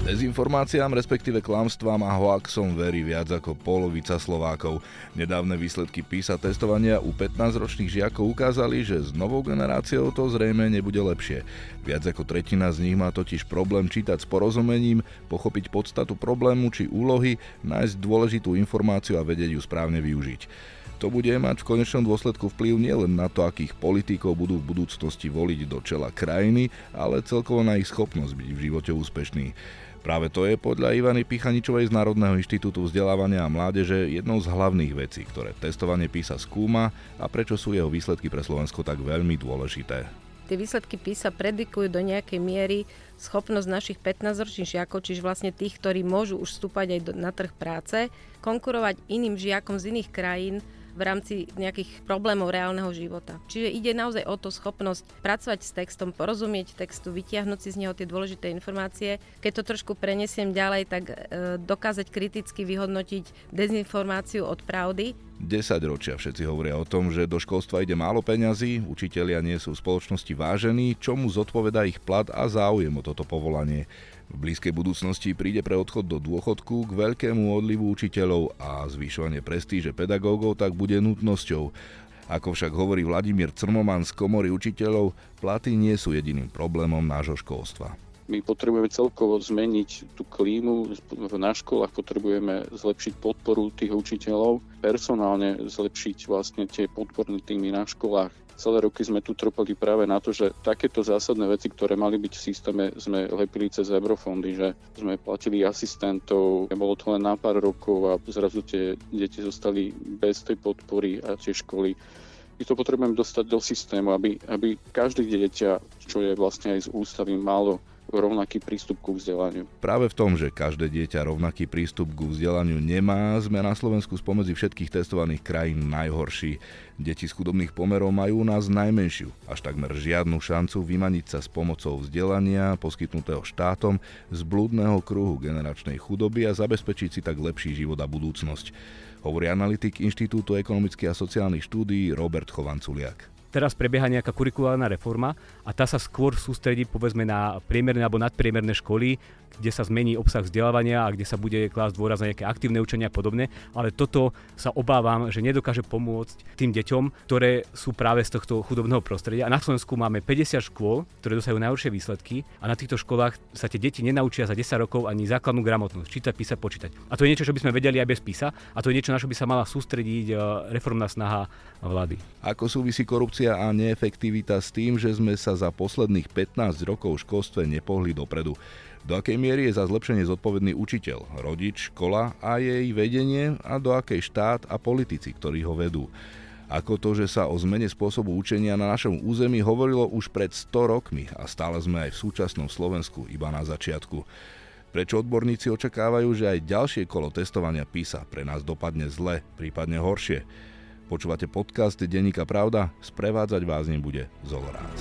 Dezinformáciám, respektíve klamstvám a hoaxom verí viac ako polovica Slovákov. Nedávne výsledky PISA testovania u 15-ročných žiakov ukázali, že s novou generáciou to zrejme nebude lepšie. Viac ako tretina z nich má totiž problém čítať s porozumením, pochopiť podstatu problému či úlohy, nájsť dôležitú informáciu a vedieť ju správne využiť. To bude mať v konečnom dôsledku vplyv nielen na to, akých politikov budú v budúcnosti voliť do čela krajiny, ale celkovo na ich schopnosť byť v živote úspešný. Práve to je podľa Ivany Pichaničovej z Národného inštitútu vzdelávania a mládeže jednou z hlavných vecí, ktoré testovanie PISA skúma a prečo sú jeho výsledky pre Slovensko tak veľmi dôležité. Tie výsledky PISA predikujú do nejakej miery schopnosť našich 15-ročných žiakov, čiže vlastne tých, ktorí môžu už vstúpať aj na trh práce, konkurovať iným žiakom z iných krajín v rámci nejakých problémov reálneho života. Čiže ide naozaj o to schopnosť pracovať s textom, porozumieť textu, vytiahnuť si z neho tie dôležité informácie. Keď to trošku prenesiem ďalej, tak dokázať kriticky vyhodnotiť dezinformáciu od pravdy. 10 ročia všetci hovoria o tom, že do školstva ide málo peňazí, učitelia nie sú v spoločnosti vážení, čomu zodpovedá ich plat a záujem o toto povolanie. V blízkej budúcnosti príde pre odchod do dôchodku k veľkému odlivu učiteľov a zvyšovanie prestíže pedagógov tak bude nutnosťou. Ako však hovorí Vladimír Crmoman z Komory učiteľov, platy nie sú jediným problémom nášho školstva. My potrebujeme celkovo zmeniť tú klímu na školách, potrebujeme zlepšiť podporu tých učiteľov, personálne zlepšiť vlastne tie podporné týmy na školách. Celé roky sme tu tropali práve na to, že takéto zásadné veci, ktoré mali byť v systéme, sme lepili cez eurofondy, že sme platili asistentov, bolo to len na pár rokov a zrazu tie deti zostali bez tej podpory a tie školy. My to potrebujeme dostať do systému, aby každé dieťa, čo je vlastne aj z ústavy, malo rovnaký prístup ku vzdelaniu. Práve v tom, že každé dieťa rovnaký prístup ku vzdelaniu nemá, sme na Slovensku spomedzi všetkých testovaných krajín najhorší. Deti z chudobných pomerov majú u nás najmenšiu, až takmer žiadnu šancu vymaniť sa s pomocou vzdelania poskytnutého štátom z blúdneho kruhu generačnej chudoby a zabezpečiť si tak lepší život a budúcnosť, hovorí analytik Inštitútu ekonomických a sociálnych štúdií Robert Chovanculiak. Teraz prebieha nejaká kurikulárna reforma a tá sa skôr sústredí povedzme na priemerné alebo nadpriemerné školy, kde sa zmení obsah vzdelávania a kde sa bude klásť dôraz na nejaké aktívne učenie a podobne, ale toto sa obávam, že nedokáže pomôcť tým deťom, ktoré sú práve z tohto chudobného prostredia. A na Slovensku máme 50 škôl, ktoré dosahujú najhoršie výsledky a na týchto školách sa tie deti nenaučia za 10 rokov ani základnú gramotnosť, čítať, písať, počítať. A to je niečo, čo by sme vedeli aj bez PISA, a to je niečo, na čo by sa mala sústrediť reformná snaha vlády. Ako súvisí korupcia a neefektivita s tým, že sme sa za posledných 15 rokov v školstve nepohli dopredu? Do akej miery je za zlepšenie zodpovedný učiteľ, rodič, škola a jej vedenie a do akej štát a politici, ktorí ho vedú? Ako to, že sa o zmene spôsobu učenia na našom území hovorilo už pred 100 rokmi a stále sme aj v súčasnom Slovensku iba na začiatku? Prečo odborníci očakávajú, že aj ďalšie kolo testovania PISA pre nás dopadne zle, prípadne horšie? Počúvate podcast Denníka Pravda? Sprevádzať vás ním bude Zolo Rác.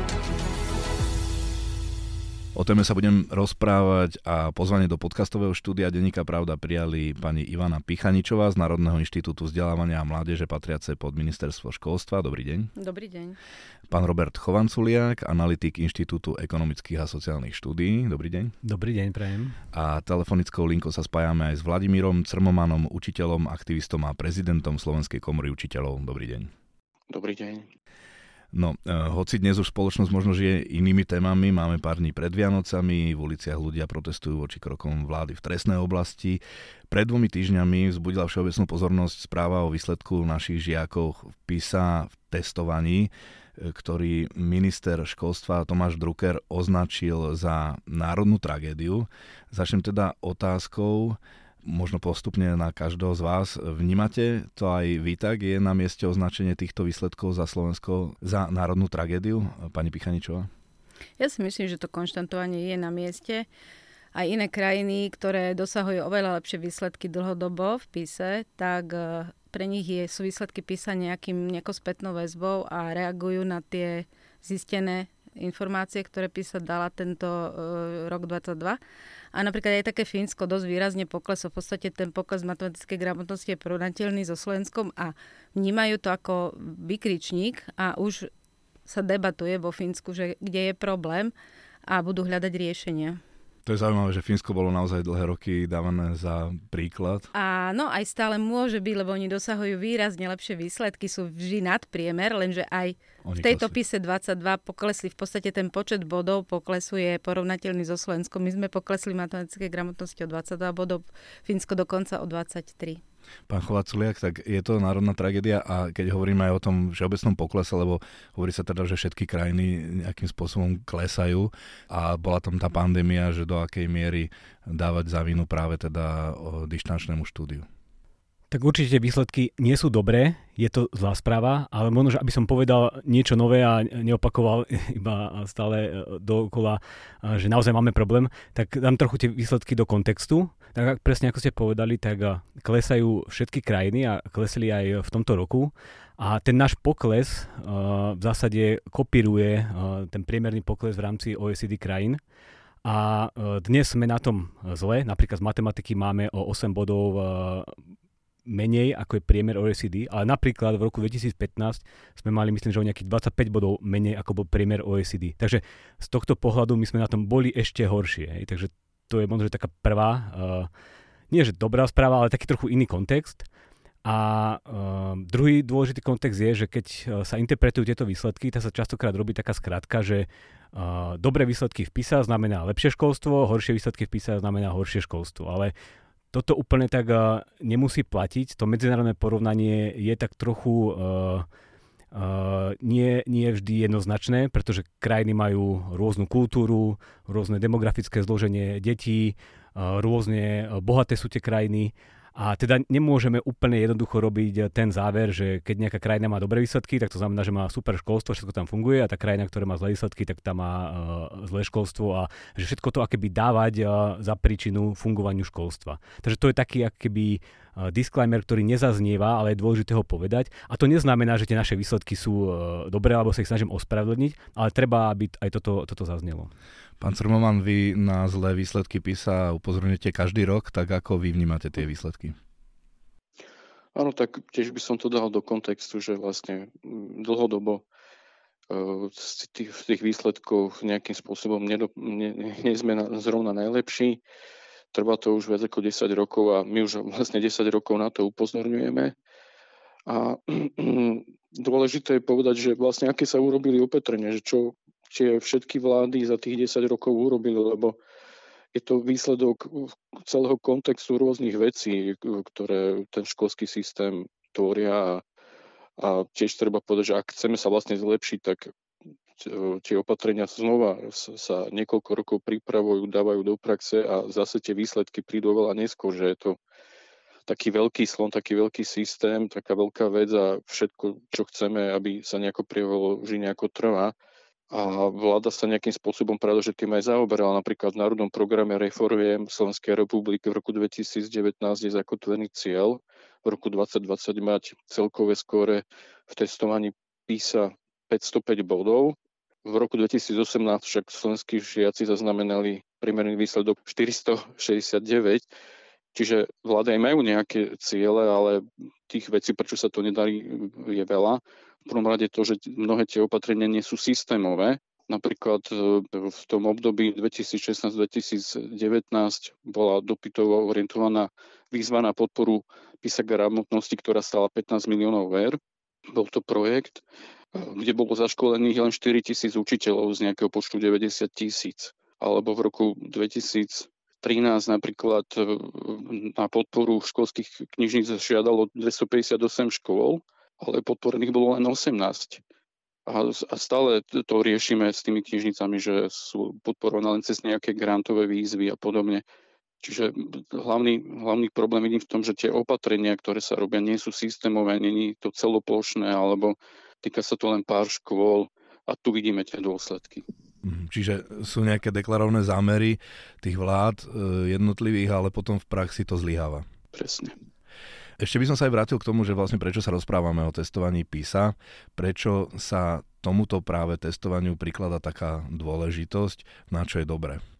O téme sa budem rozprávať a pozvanie do podcastového štúdia Denníka Pravda prijali pani Ivana Pichaničová z Národného inštitútu vzdelávania a mládeže patriace pod ministerstvo školstva. Dobrý deň. Dobrý deň. Pán Robert Chovanculiak, analytik Inštitútu ekonomických a sociálnych štúdií. Dobrý deň. Dobrý deň, prajem. A telefonickou linkou sa spájame aj s Vladimírom Crmomanom, učiteľom, aktivistom a prezidentom Slovenskej komory učiteľov. Dobrý deň. Dobrý deň. No, hoci dnes už spoločnosť možno žije inými témami, máme pár dní pred Vianocami, v uliciach ľudia protestujú voči krokom vlády v trestnej oblasti. Pred 2 týždňami vzbudila všeobecnú pozornosť správa o výsledku našich žiakov v PISA v testovaní, ktorý minister školstva Tomáš Drucker označil za národnú tragédiu. Začnem teda otázkou, možno postupne na každého z vás. Vnímate to aj vy tak? Je na mieste označenie týchto výsledkov za Slovensko za národnú tragédiu? Pani Pichaničová? Ja si myslím, že to konštantovanie je na mieste. Aj iné krajiny, ktoré dosahujú oveľa lepšie výsledky dlhodobo v PISE, tak pre nich sú výsledky PISA nejakou spätnou väzbou a reagujú na tie zistené informácie, ktoré PISA dala tento rok 2022. A napríklad aj také Fínsko dosť výrazne pokleslo. V podstate ten pokles matematickej gramotnosti je porovnateľný so Slovenskom a vnímajú to ako vykričník a už sa debatuje vo Fínsku, že kde je problém a budú hľadať riešenia. To je zaujímavé, že Fínsko bolo naozaj dlhé roky dávané za príklad. Áno, aj stále môže byť, lebo oni dosahujú výrazne lepšie výsledky, sú vždy nadpriemer, lenže aj v tejto PISA 22 poklesli v podstate ten počet bodov, poklesuje porovnateľný so Slovenskom. My sme poklesli v matematickej gramotnosti o 22 bodov, Fínsko dokonca o 23. Pán Chváculiak, tak je to národná tragédia a keď hovoríme aj o tom všeobecnom poklese, lebo hovorí sa teda, že všetky krajiny nejakým spôsobom klesajú a bola tam tá pandémia, že do akej miery dávať za vinu práve teda dištančnému štúdiu. Tak určite výsledky nie sú dobré, je to zlá správa, ale možno, že aby som povedal niečo nové a neopakoval iba stále dookola, že naozaj máme problém, tak dám trochu tie výsledky do kontextu. Tak presne ako ste povedali, tak klesajú všetky krajiny a klesli aj v tomto roku. A ten náš pokles v zásade kopíruje ten priemerný pokles v rámci OECD krajín. A dnes sme na tom zle, napríklad z matematiky máme o 8 bodov menej ako je priemer OECD, ale napríklad v roku 2015 sme mali, myslím, že o nejakých 25 bodov menej ako bol priemer OECD. Takže z tohto pohľadu my sme na tom boli ešte horšie. Hej. Takže to je možno taká prvá, nie že dobrá správa, ale taký trochu iný kontext. A druhý dôležitý kontext je, že keď sa interpretujú tieto výsledky, tak sa častokrát robí taká skratka, že dobré výsledky v PISA znamená lepšie školstvo, horšie výsledky v PISA znamená horšie školstvo. Ale toto úplne tak nemusí platiť. To medzinárodné porovnanie je tak trochu nie vždy jednoznačné, pretože krajiny majú rôznu kultúru, rôzne demografické zloženie detí, rôzne bohaté sú tie krajiny. A teda nemôžeme úplne jednoducho robiť ten záver, že keď nejaká krajina má dobré výsledky, tak to znamená, že má super školstvo, všetko tam funguje, a tá krajina, ktorá má zlé výsledky, tak tam má zlé školstvo, a že všetko to akoby dávať za príčinu fungovaniu školstva. Takže to je taký akoby disclaimer, ktorý nezaznieva, ale je dôležité ho povedať. A to neznamená, že tie naše výsledky sú dobré, alebo sa ich snažím ospravedlniť, ale treba, aby aj toto zaznelo. Pán Crmoman, vy na zlé výsledky PISA upozorňujete každý rok, tak ako vy vnímate tie výsledky? Áno, tak tiež by som to dal do kontextu, že vlastne dlhodobo z tých výsledkov nejakým spôsobom nie sme zrovna najlepší. Trvá to už viac ako 10 rokov a my už vlastne 10 rokov na to upozorňujeme. A dôležité je povedať, že vlastne aké sa urobili opatrenia, že čo tie všetky vlády za tých 10 rokov urobili, lebo je to výsledok celého kontextu rôznych vecí, ktoré ten školský systém tvoria, a tiež treba povedať, že ak chceme sa vlastne zlepšiť, tak tie opatrenia znova sa niekoľko rokov pripravujú, dávajú do praxe a zase tie výsledky prídu veľa neskôr, že je to taký veľký slon, taký veľký systém, taká veľká vec a všetko, čo chceme, aby sa nejako priehovalo, vždy nejako trvá. A vláda sa nejakým spôsobom predovšetkým aj zaoberala. Napríklad v Národnom programe reformiem Slovenskej republiky v roku 2019 je zakotvený cieľ v roku 2020 mať celkové skóre v testovaní PISA 505 bodov. V roku 2018 však slovenskí žiaci zaznamenali priemerný výsledok 469. Čiže vlády aj majú nejaké ciele, ale tých vecí, prečo sa to nedarí, je veľa. V prvom rade to, že mnohé tie opatrenia nie sú systémové. Napríklad v tom období 2016-2019 bola dopytovo orientovaná výzva na podporu PISA gramotnosti, ktorá stála 15 miliónov eur. Bol to projekt, kde bolo zaškolených len 4 000 učiteľov z nejakého počtu 90 000. Alebo v roku 2013 napríklad na podporu školských knižníc žiadalo 258 škôl, ale podporených bolo len 18. A stále to riešime s tými knižnicami, že sú podporované len cez nejaké grantové výzvy a podobne. Čiže hlavný problém vidím v tom, že tie opatrenia, ktoré sa robia, nie sú systémové, nie je to celoplošné, alebo týka sa to len pár škôl a tu vidíme tie dôsledky. Čiže sú nejaké deklarované zámery tých vlád jednotlivých, ale potom v praxi to zlyháva. Presne. Ešte by som sa aj vrátil k tomu, že vlastne prečo sa rozprávame o testovaní PISA, prečo sa tomuto práve testovaniu prikladá taká dôležitosť, na čo je dobré.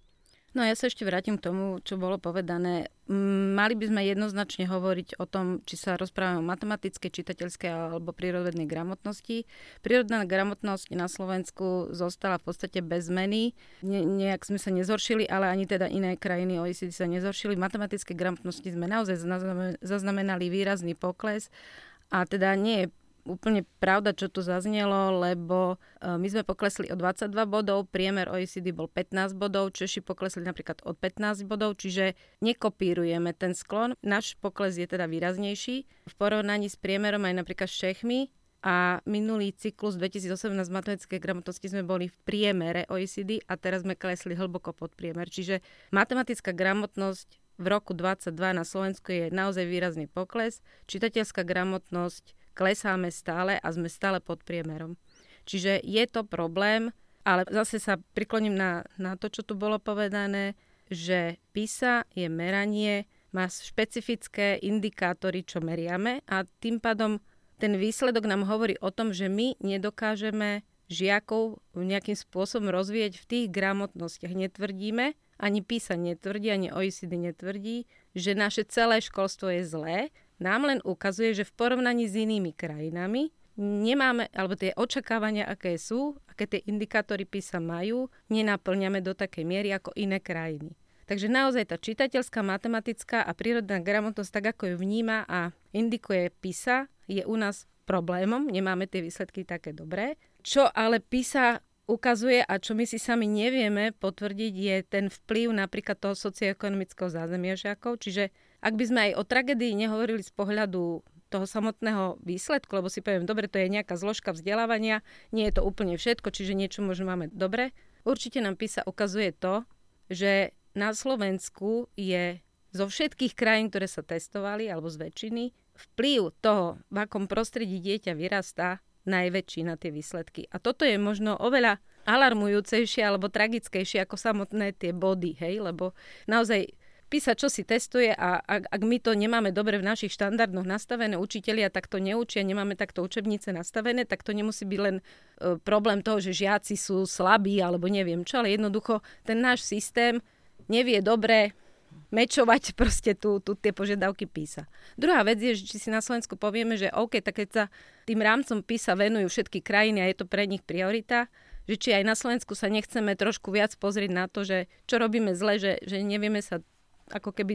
No ja sa ešte vrátim k tomu, čo bolo povedané. Mali by sme jednoznačne hovoriť o tom, či sa rozprávame o matematickej, čitateľskej alebo prírodnej gramotnosti. Prírodná gramotnosť na Slovensku zostala v podstate bez zmeny. Nejak sme sa nezhoršili, ale ani teda iné krajiny OECD sa nezhoršili. V matematickej gramotnosti sme naozaj zaznamenali výrazný pokles a teda nie je úplne pravda, čo tu zaznelo, lebo my sme poklesli o 22 bodov, priemer OECD bol 15 bodov, Češi poklesli napríklad od 15 bodov, čiže nekopírujeme ten sklon. Náš pokles je teda výraznejší v porovnaní s priemerom aj napríklad s Čechmi a minulý cyklus 2018 v matematickej gramotnosti sme boli v priemere OECD a teraz sme klesli hlboko pod priemer. Čiže matematická gramotnosť v roku 2022 na Slovensku je naozaj výrazný pokles, čitateľská gramotnosť klesáme stále a sme stále pod priemerom. Čiže je to problém, ale zase sa prikloním na to, čo tu bolo povedané, že PISA je meranie, má špecifické indikátory, čo meriame a tým pádom ten výsledok nám hovorí o tom, že my nedokážeme žiakov nejakým spôsobom rozvíjať v tých gramotnostiach. Netvrdíme, ani PISA netvrdí, ani OECD netvrdí, že naše celé školstvo je zlé. Nám len ukazuje, že v porovnaní s inými krajinami nemáme, alebo tie očakávania, aké sú, aké tie indikátory PISA majú, nenaplňame do takej miery ako iné krajiny. Takže naozaj tá čitateľská, matematická a prírodná gramotnosť, tak ako ju vníma a indikuje PISA, je u nás problémom, nemáme tie výsledky také dobré. Čo ale PISA ukazuje a čo my si sami nevieme potvrdiť, je ten vplyv napríklad toho socioekonomického zázemia žiakov, čiže ak by sme aj o tragédii nehovorili z pohľadu toho samotného výsledku, lebo si poviem, dobre, to je nejaká zložka vzdelávania, nie je to úplne všetko, čiže niečo možno máme dobre. Určite nám PISA ukazuje to, že na Slovensku je zo všetkých krajín, ktoré sa testovali, alebo z väčšiny, vplyv toho, v akom prostredí dieťa vyrastá, najväčší na tie výsledky. A toto je možno oveľa alarmujúcejšie alebo tragickejšie ako samotné tie body, hej, lebo naozaj PISA čo si testuje a ak my to nemáme dobre v našich štandardoch nastavené, učitelia takto neučia, nemáme takto učebnice nastavené, tak to nemusí byť len problém toho, že žiaci sú slabí alebo neviem čo, ale jednoducho ten náš systém nevie dobre mečovať proste tie požiadavky PISA. Druhá vec je, že či si na Slovensku povieme, že OK, tak keď sa tým rámcom PISA venujú všetky krajiny a je to pre nich priorita, že či aj na Slovensku sa nechceme trošku viac pozrieť na to, že čo robíme zle, že nevieme sa ako keby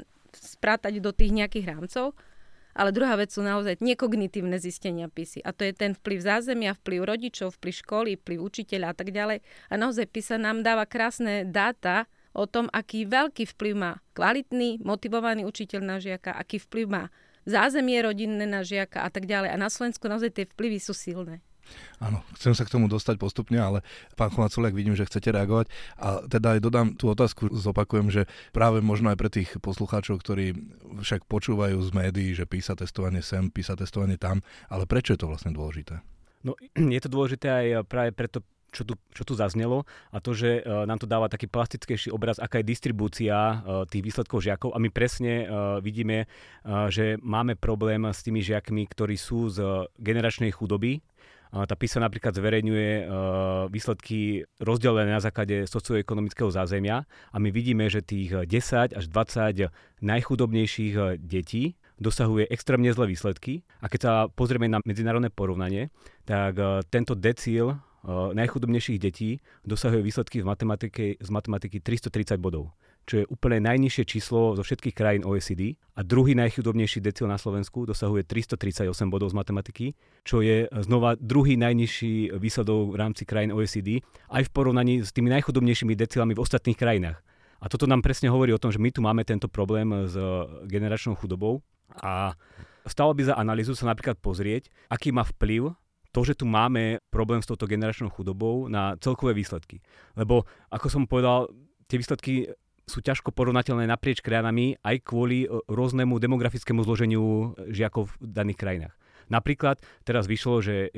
sprátať do tých nejakých rámcov. Ale druhá vec sú naozaj nekognitívne zistenia PISy. A to je ten vplyv zázemia, vplyv rodičov, vplyv školy, vplyv učiteľa a tak ďalej. A naozaj PISA nám dáva krásne dáta o tom, aký veľký vplyv má kvalitný, motivovaný učiteľ na žiaka, aký vplyv má zázemie rodinné na žiaka a tak ďalej. A na Slovensku naozaj tie vplyvy sú silné. Áno, chcem sa k tomu dostať postupne, ale pán Chvaculiak, vidím, že chcete reagovať. A teda aj dodám tú otázku, zopakujem, že práve možno aj pre tých poslucháčov, ktorí však počúvajú z médií, že PISA testovanie sem, PISA testovanie tam, ale prečo je to vlastne dôležité? No, je to dôležité aj práve preto, čo tu zaznelo a to, že nám to dáva taký plastickejší obraz, aká je distribúcia tých výsledkov žiakov a my presne vidíme, že máme problém s tými žiakmi, ktorí sú z generačnej chudoby. Tá PISA napríklad zverejňuje výsledky rozdelené na základe socioekonomického zázemia a my vidíme, že tých 10 až 20 najchudobnejších detí dosahuje extrémne zlé výsledky a keď sa pozrieme na medzinárodné porovnanie, tak tento decíl najchudobnejších detí dosahuje výsledky z matematiky 330 bodov, čo je úplne najnižšie číslo zo všetkých krajín OECD a druhý najchudobnejší decíl na Slovensku dosahuje 338 bodov z matematiky, čo je znova druhý najnižší výsledok v rámci krajín OECD aj v porovnaní s tými najchudobnejšími decílami v ostatných krajinách. A toto nám presne hovorí o tom, že my tu máme tento problém s generačnou chudobou a stalo by za analýzu sa napríklad pozrieť, aký má vplyv to, že tu máme problém s touto generačnou chudobou na celkové výsledky. Lebo, ako som povedal, tie výsledky sú ťažko porovnateľné naprieč krajinami aj kvôli rôznemu demografickému zloženiu žiakov v daných krajinách. Napríklad teraz vyšlo, že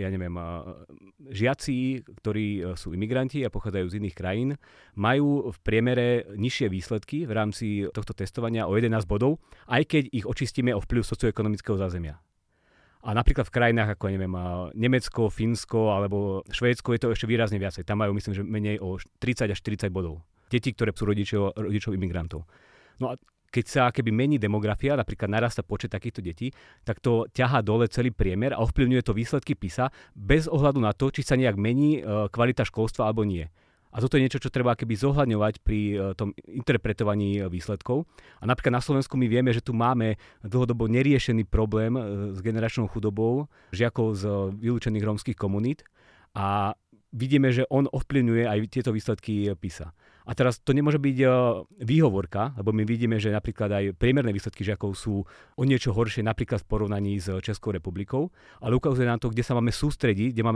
žiaci, ktorí sú imigranti a pochádzajú z iných krajín, majú v priemere nižšie výsledky v rámci tohto testovania o 11 bodov, aj keď ich očistíme o vplyv socioekonomického zázemia. A napríklad v krajinách ako Nemecko, Fínsko alebo Švédsko je to ešte výrazne viacej. Tam majú, myslím, že menej o 30 až 40 bodov. detí, ktoré sú rodičov imigrantov. No a keď sa keby mení demografia, napríklad narastá počet takýchto detí, tak to ťahá dole celý priemer a ovplyvňuje to výsledky PISA bez ohľadu na to, či sa nejak mení kvalita školstva alebo nie. A toto je niečo, čo treba keby zohľadňovať pri tom interpretovaní výsledkov. A napríklad na Slovensku my vieme, že tu máme dlhodobo neriešený problém s generačnou chudobou žiakov z vylúčených rómskych komunít a vidíme, že on ovplyvňuje aj tieto výsledky PISA. A teraz to nemôže byť výhovorka, lebo my vidíme, že napríklad aj priemerné výsledky žiakov sú o niečo horšie napríklad v porovnaní s Českou republikou, ale ukazuje nám to, kde sa máme sústrediť, kde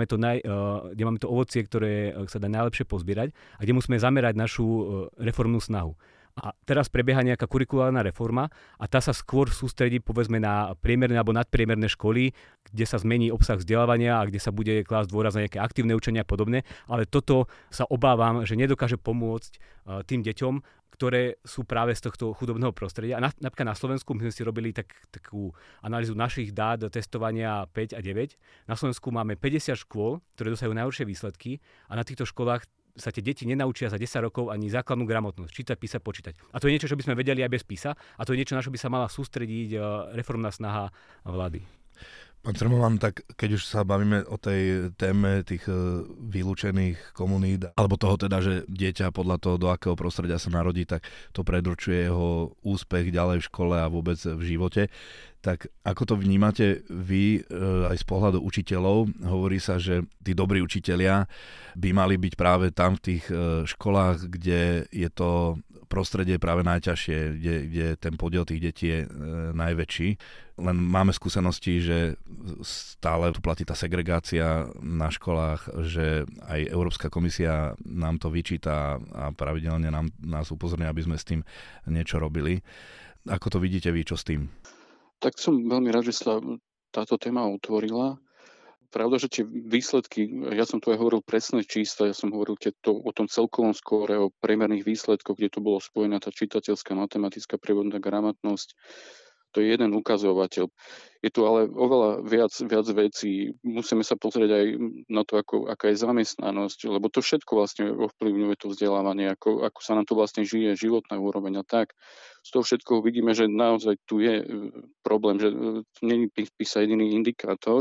máme to ovocie, ktoré sa dá najlepšie pozbierať a kde musíme zamerať našu reformnú snahu. A teraz prebieha nejaká kurikulárna reforma a tá sa skôr sústredí povedzme na priemerné alebo nadpriemerné školy, kde sa zmení obsah vzdelávania a kde sa bude klásť dôraz na nejaké aktívne učenie a podobne, ale toto sa obávam, že nedokáže pomôcť tým deťom, ktoré sú práve z tohto chudobného prostredia. A napríklad na Slovensku my sme si robili takú analýzu našich dát testovania 5 a 9. Na Slovensku máme 50 škôl, ktoré dosahujú najhoršie výsledky a na týchto školách sa tie deti nenaučia za 10 rokov ani základnú gramotnosť, čítať, písať, počítať. A to je niečo, čo by sme vedeli aj bez PISA a to je niečo, na čo by sa mala sústrediť reformná snaha vlády. Pán Crmovan, tak keď už sa bavíme o tej téme tých vylúčených komunít, alebo toho teda, že dieťa podľa toho, do akého prostredia sa narodí, tak to predurčuje jeho úspech ďalej v škole a vôbec v živote. Tak ako to vnímate vy aj z pohľadu učiteľov? Hovorí sa, že tí dobrí učitelia by mali byť práve tam v tých školách, kde je to prostredie práve najťažšie, kde ten podiel tých detí je najväčší. Len máme skúsenosti, že stále tu platí tá segregácia na školách, že aj Európska komisia nám to vyčíta a pravidelne nás upozorňuje, aby sme s tým niečo robili. Ako to vidíte vy, čo s tým? Tak som veľmi rád, že sa táto téma otvorila. Pravda, že tie výsledky, ja som tu aj hovoril presné čísla, ja som hovoril o tom celkovom skóre, o priemerných výsledkoch, kde to bolo spojená tá čitateľská, matematická, prievodná gramotnosť. To je jeden ukazovateľ. Je tu ale oveľa viac vecí. Musíme sa pozrieť aj na to, aká je zamestnanosť, lebo to všetko vlastne ovplyvňuje to vzdelávanie, ako sa nám to vlastne žije, životná úroveň a tak. Z toho všetkoho vidíme, že naozaj tu je problém, že nie je PISA jediný indikátor.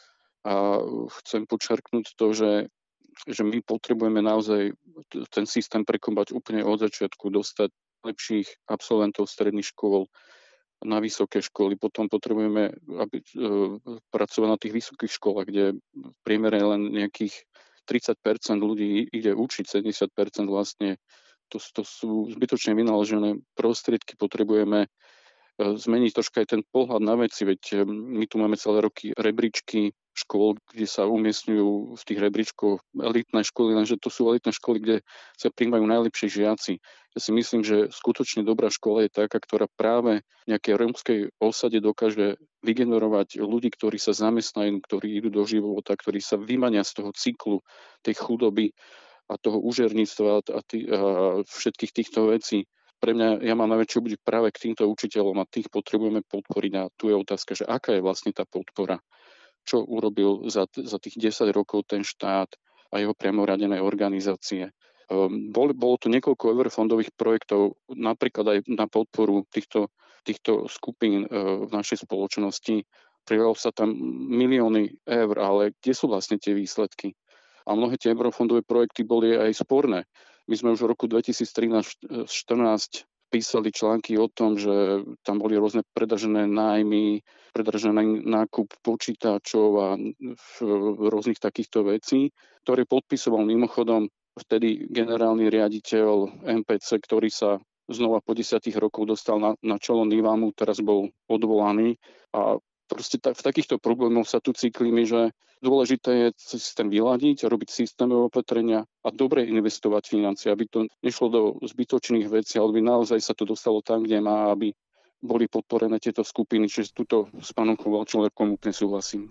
A chcem podčiarknúť to, že my potrebujeme naozaj ten systém prekombať úplne od začiatku, dostať lepších absolventov stredných škôl na vysoké školy. Potom potrebujeme pracovať na tých vysokých školách, kde v priemere len nejakých 30% ľudí ide učiť, 70% vlastne to sú zbytočne vynaložené prostriedky. Potrebujeme zmeniť troška aj ten pohľad na veci, veď my tu máme celé roky rebríčky škôl, kde sa umiestňujú v tých rebríčkoch elitné školy, lenže to sú elitné školy, kde sa prijímajú najlepší žiaci. Ja si myslím, že skutočne dobrá škola je taká, ktorá práve v nejakej rómskej osade dokáže vygenerovať ľudí, ktorí sa zamestnajú, ktorí idú do života, ktorí sa vymania z toho cyklu tej chudoby a toho úžerníctva a všetkých týchto vecí. Pre mňa, ja mám najväčšiu obdiv práve k týmto učiteľom a tých potrebujeme podporiť. A tu je otázka, že aká je vlastne tá podpora. Čo urobil za tých 10 rokov ten štát a jeho priamo radené organizácie. Bolo tu niekoľko eurofondových projektov, napríklad aj na podporu týchto skupín v našej spoločnosti. Prijalo sa tam milióny eur, ale kde sú vlastne tie výsledky? A mnohé tie eurofondové projekty boli aj sporné. My sme už v roku 2013-2014 písali články o tom, že tam boli rôzne predržané nájmy, predržaný nákup počítačov a rôznych takýchto vecí, ktoré podpisoval mimochodom vtedy generálny riaditeľ MPC, ktorý sa znova po 10 rokoch dostal na čelo NIVAMu, teraz bol odvolaný a proste v takýchto problémoch sa tu cyklíme, že dôležité je systém vyladiť, robiť systémové opatrenia a dobre investovať financie, aby to nešlo do zbytočných vecí, ale aby naozaj sa to dostalo tam, kde má, aby boli podporené tieto skupiny. Čiže tuto s pánom Kovalčukom úplne súhlasím.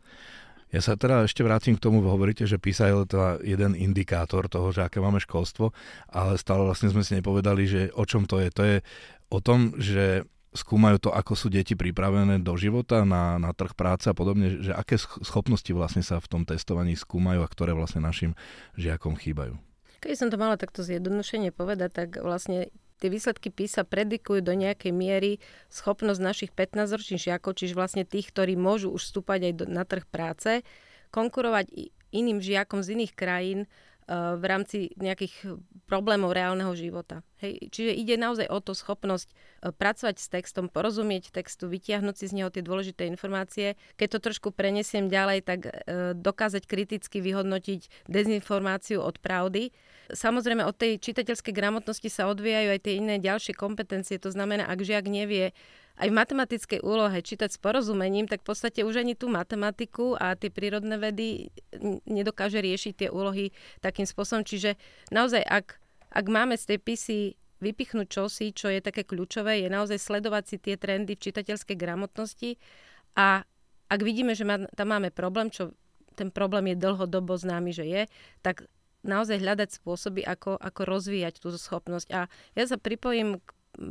Ja sa teda ešte vrátim k tomu, hovoríte, že PISA je to jeden indikátor toho, že aké máme školstvo, ale stále vlastne sme si nepovedali, že o čom to je. To je o tom, že skúmajú to, ako sú deti pripravené do života, na trh práce a podobne, že aké schopnosti vlastne sa v tom testovaní skúmajú a ktoré vlastne našim žiakom chýbajú. Keď som to mala takto zjednodušene povedať, tak vlastne tie výsledky PISA predikujú do nejakej miery schopnosť našich 15-ročných žiakov, čiže vlastne tých, ktorí môžu už vstúpať aj na trh práce, konkurovať iným žiakom z iných krajín v rámci nejakých problémov reálneho života. Hej. Čiže ide naozaj o to schopnosť pracovať s textom, porozumieť textu, vytiahnuť si z neho tie dôležité informácie. Keď to trošku prenesiem ďalej, tak dokázať kriticky vyhodnotiť dezinformáciu od pravdy. Samozrejme, od tej čitateľskej gramotnosti sa odvíjajú aj tie iné ďalšie kompetencie. To znamená, ak žiak nevie aj v matematickej úlohe čítať s porozumením, tak v podstate už ani tú matematiku a tie prírodné vedy nedokáže riešiť tie úlohy takým spôsobom. Čiže naozaj, ak máme z tej PISy vypichnúť čosi, čo je také kľúčové, je naozaj sledovať si tie trendy v čitateľskej gramotnosti a ak vidíme, že tam máme problém, čo ten problém je dlhodobo známy, že je, tak naozaj hľadať spôsoby, ako rozvíjať túto schopnosť. A ja sa pripojím k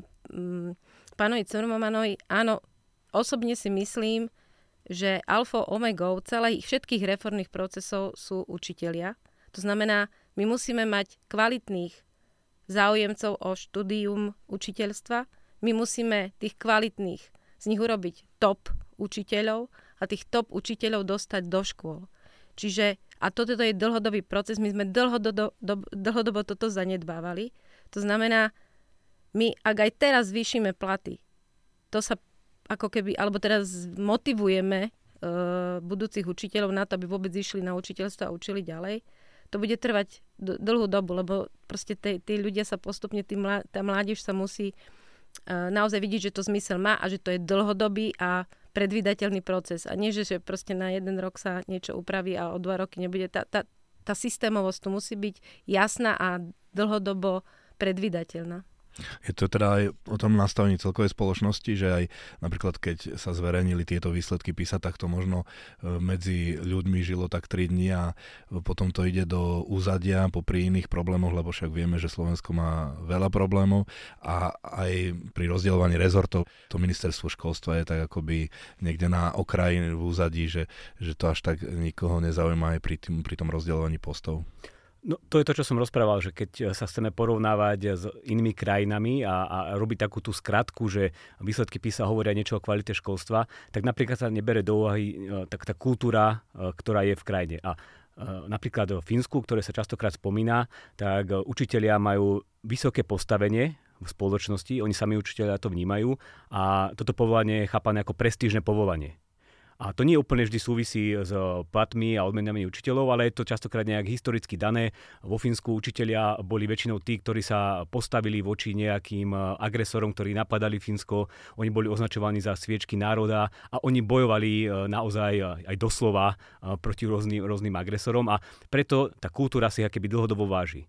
pánovi Zimmermannovi. Áno, osobne si myslím, že alfou omegou všetkých reformných procesov sú učitelia. To znamená, my musíme mať kvalitných záujemcov o štúdium učiteľstva. My musíme tých kvalitných z nich urobiť top učiteľov a tých top učiteľov dostať do škôl. Čiže, a toto je dlhodobý proces, my sme dlhodobo toto zanedbávali. To znamená, my ak aj teraz zvýšime platy, to sa ako keby, alebo teraz motivujeme budúcich učiteľov na to, aby vôbec išli na učiteľstvo a učili ďalej, to bude trvať dlhú dobu, lebo proste tí ľudia sa postupne, tá mládež sa musí naozaj vidieť, že to zmysel má a že to je dlhodobý a predvídateľný proces. A nie, že proste na 1 rok sa niečo upraví a o 2 roky nebude. Tá systémovosť tu musí byť jasná a dlhodobo predvídateľná. Je to teda aj o tom nastavení celkovej spoločnosti, že aj napríklad keď sa zverejnili tieto výsledky PISA, tak to možno medzi ľuďmi žilo tak 3 dní a potom to ide do úzadia popri iných problémoch, lebo však vieme, že Slovensko má veľa problémov a aj pri rozdeľovaní rezortov to ministerstvo školstva je tak akoby niekde na okraji v úzadí, že to až tak nikoho nezaujíma aj pri tom rozdeľovaní postov. No, to je to, čo som rozprával, že keď sa chceme porovnávať s inými krajinami a robiť takú tú skratku, že výsledky PISA hovoria niečo o kvalite školstva, tak napríklad sa nebere do úvahy tá kultúra, ktorá je v krajine. A napríklad v Fínsku, ktoré sa častokrát spomína, tak učitelia majú vysoké postavenie v spoločnosti, oni sami učitelia to vnímajú a toto povolanie je chápané ako prestížne povolanie. A to nie úplne vždy súvisí s platmi a odmenami učiteľov, ale je to častokrát nejak historicky dané. Vo Fínsku učitelia boli väčšinou tí, ktorí sa postavili voči nejakým agresorom, ktorí napadali Fínsko. Oni boli označovaní za sviečky národa a oni bojovali naozaj aj doslova proti rôznym agresorom a preto tá kultúra si akoby dlhodobo váži.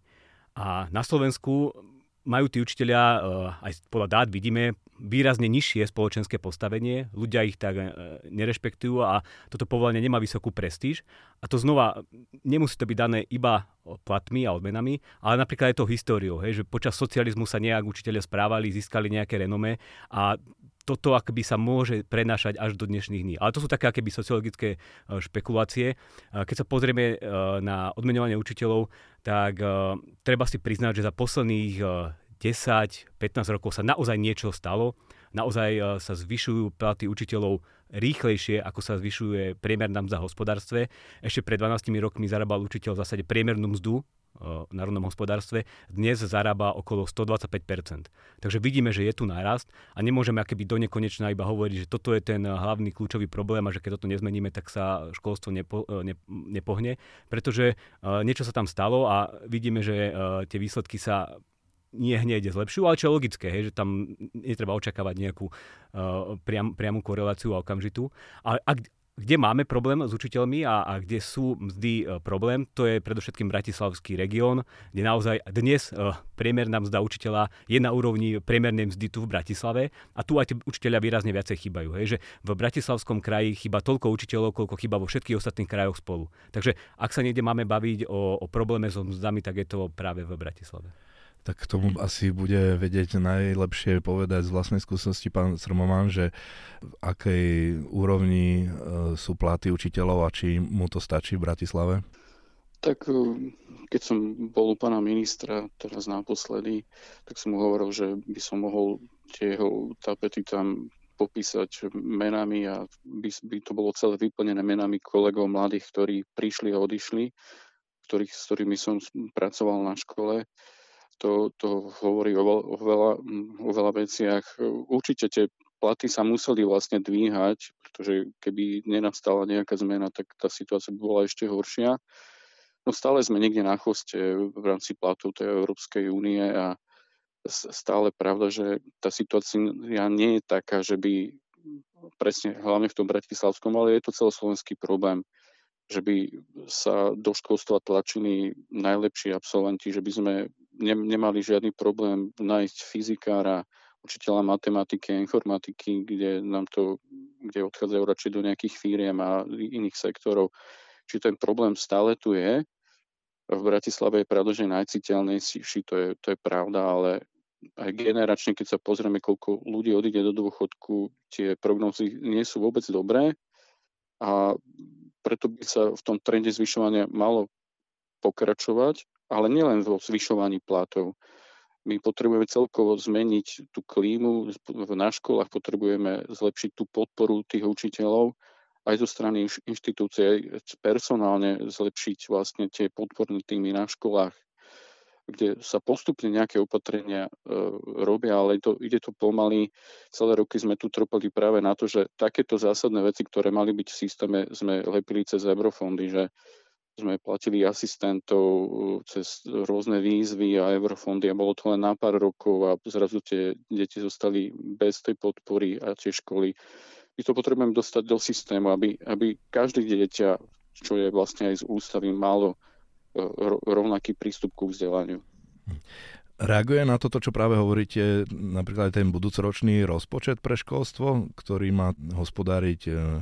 A na Slovensku majú tí učitelia, aj podľa dát vidíme, výrazne nižšie spoločenské postavenie. Ľudia ich tak nerešpektujú a toto povolanie nemá vysokú prestíž. A to znova, nemusí to byť dané iba platmi a odmenami, ale napríklad aj to históriou, že počas socializmu sa nejak učitelia správali, získali nejaké renomé a toto akoby sa môže prenášať až do dnešných dní. Ale to sú také akoby sociologické špekulácie. Keď sa pozrieme na odmeňovanie učiteľov, tak treba si priznať, že za posledných 10-15 rokov sa naozaj niečo stalo. Naozaj sa zvyšujú platy učiteľov rýchlejšie, ako sa zvyšuje priemerná mzda v hospodárstve. Ešte pred 12 rokmi zarábal učiteľ v zásade priemernú mzdu v národnom hospodárstve. Dnes zarába okolo 125%. Takže vidíme, že je tu nárast a nemôžeme akoby do nekonečna iba hovoriť, že toto je ten hlavný kľúčový problém a že keď toto nezmeníme, tak sa školstvo nepohne. Pretože niečo sa tam stalo a vidíme, že tie výsledky sa nie hneď zlepšujú, ale čo je logické, že tam netreba očakávať nejakú priamu koreláciu a okamžitú. Ale kde máme problém s učiteľmi a kde sú mzdy problém, to je predovšetkým bratislavský región, kde naozaj dnes priemerná mzda učiteľa je na úrovni priemernej mzdy tu v Bratislave a tu aj tí učiteľia výrazne viacej chýbajú. Že v Bratislavskom kraji chýba toľko učiteľov, koľko chýba vo všetkých ostatných krajoch spolu. Takže ak sa niekde máme baviť o probléme so mzdami, tak je to práve v Bratislave. Tak k tomu asi bude vedieť najlepšie povedať z vlastnej skúsenosti pán Zimmermann, že v akej úrovni sú platy učiteľov a či mu to stačí v Bratislave? Tak keď som bol u pána ministra teraz naposledy, tak som mu hovoril, že by som mohol tie jeho tapety tam popísať menami a by to bolo celé vyplnené menami kolegov mladých, ktorí prišli a odišli, s ktorými som pracoval na škole. To hovorí o veľa veciach. Určite tie platy sa museli vlastne dvíhať, pretože keby nenastala nejaká zmena, tak tá situácia by bola ešte horšia. No stále sme niekde na chvoste v rámci platov tej Európskej únie a stále pravda, že tá situácia nie je taká, že by presne hlavne v tom bratislavskom, ale je to celoslovenský problém, že by sa do školstva tlačili najlepší absolventi, že by sme nemali žiadny problém nájsť fyzikára, učiteľa matematiky a informatiky, kde odchádzajú radšej do nejakých firiem a iných sektorov. Čiže ten problém stále tu je. V Bratislave je pravda, že najciteľnejší, to je pravda, ale aj generačne, keď sa pozrieme, koľko ľudí odíde do dôchodku, tie prognózy nie sú vôbec dobré a preto by sa v tom trende zvyšovania malo pokračovať, ale nielen vo zvyšovaní platov. My potrebujeme celkovo zmeniť tú klímu na školách, potrebujeme zlepšiť tú podporu tých učiteľov, aj zo strany inštitúcie, personálne zlepšiť vlastne tie podporné týmy na školách, kde sa postupne nejaké opatrenia robia, ale ide to pomaly. Celé roky sme tu trpeli práve na to, že takéto zásadné veci, ktoré mali byť v systéme, sme lepili cez eurofondy, že sme platili asistentov cez rôzne výzvy a eurofondy a bolo to len na pár rokov a zrazu tie deti zostali bez tej podpory a tie školy. My to potrebujeme dostať do systému, aby každé dieťa, čo je vlastne aj z ústavy, malo rovnaký prístup ku vzdelaniu. Reaguje na toto, čo práve hovoríte, napríklad aj ten budúcoročný rozpočet pre školstvo, ktorý má hospodáriť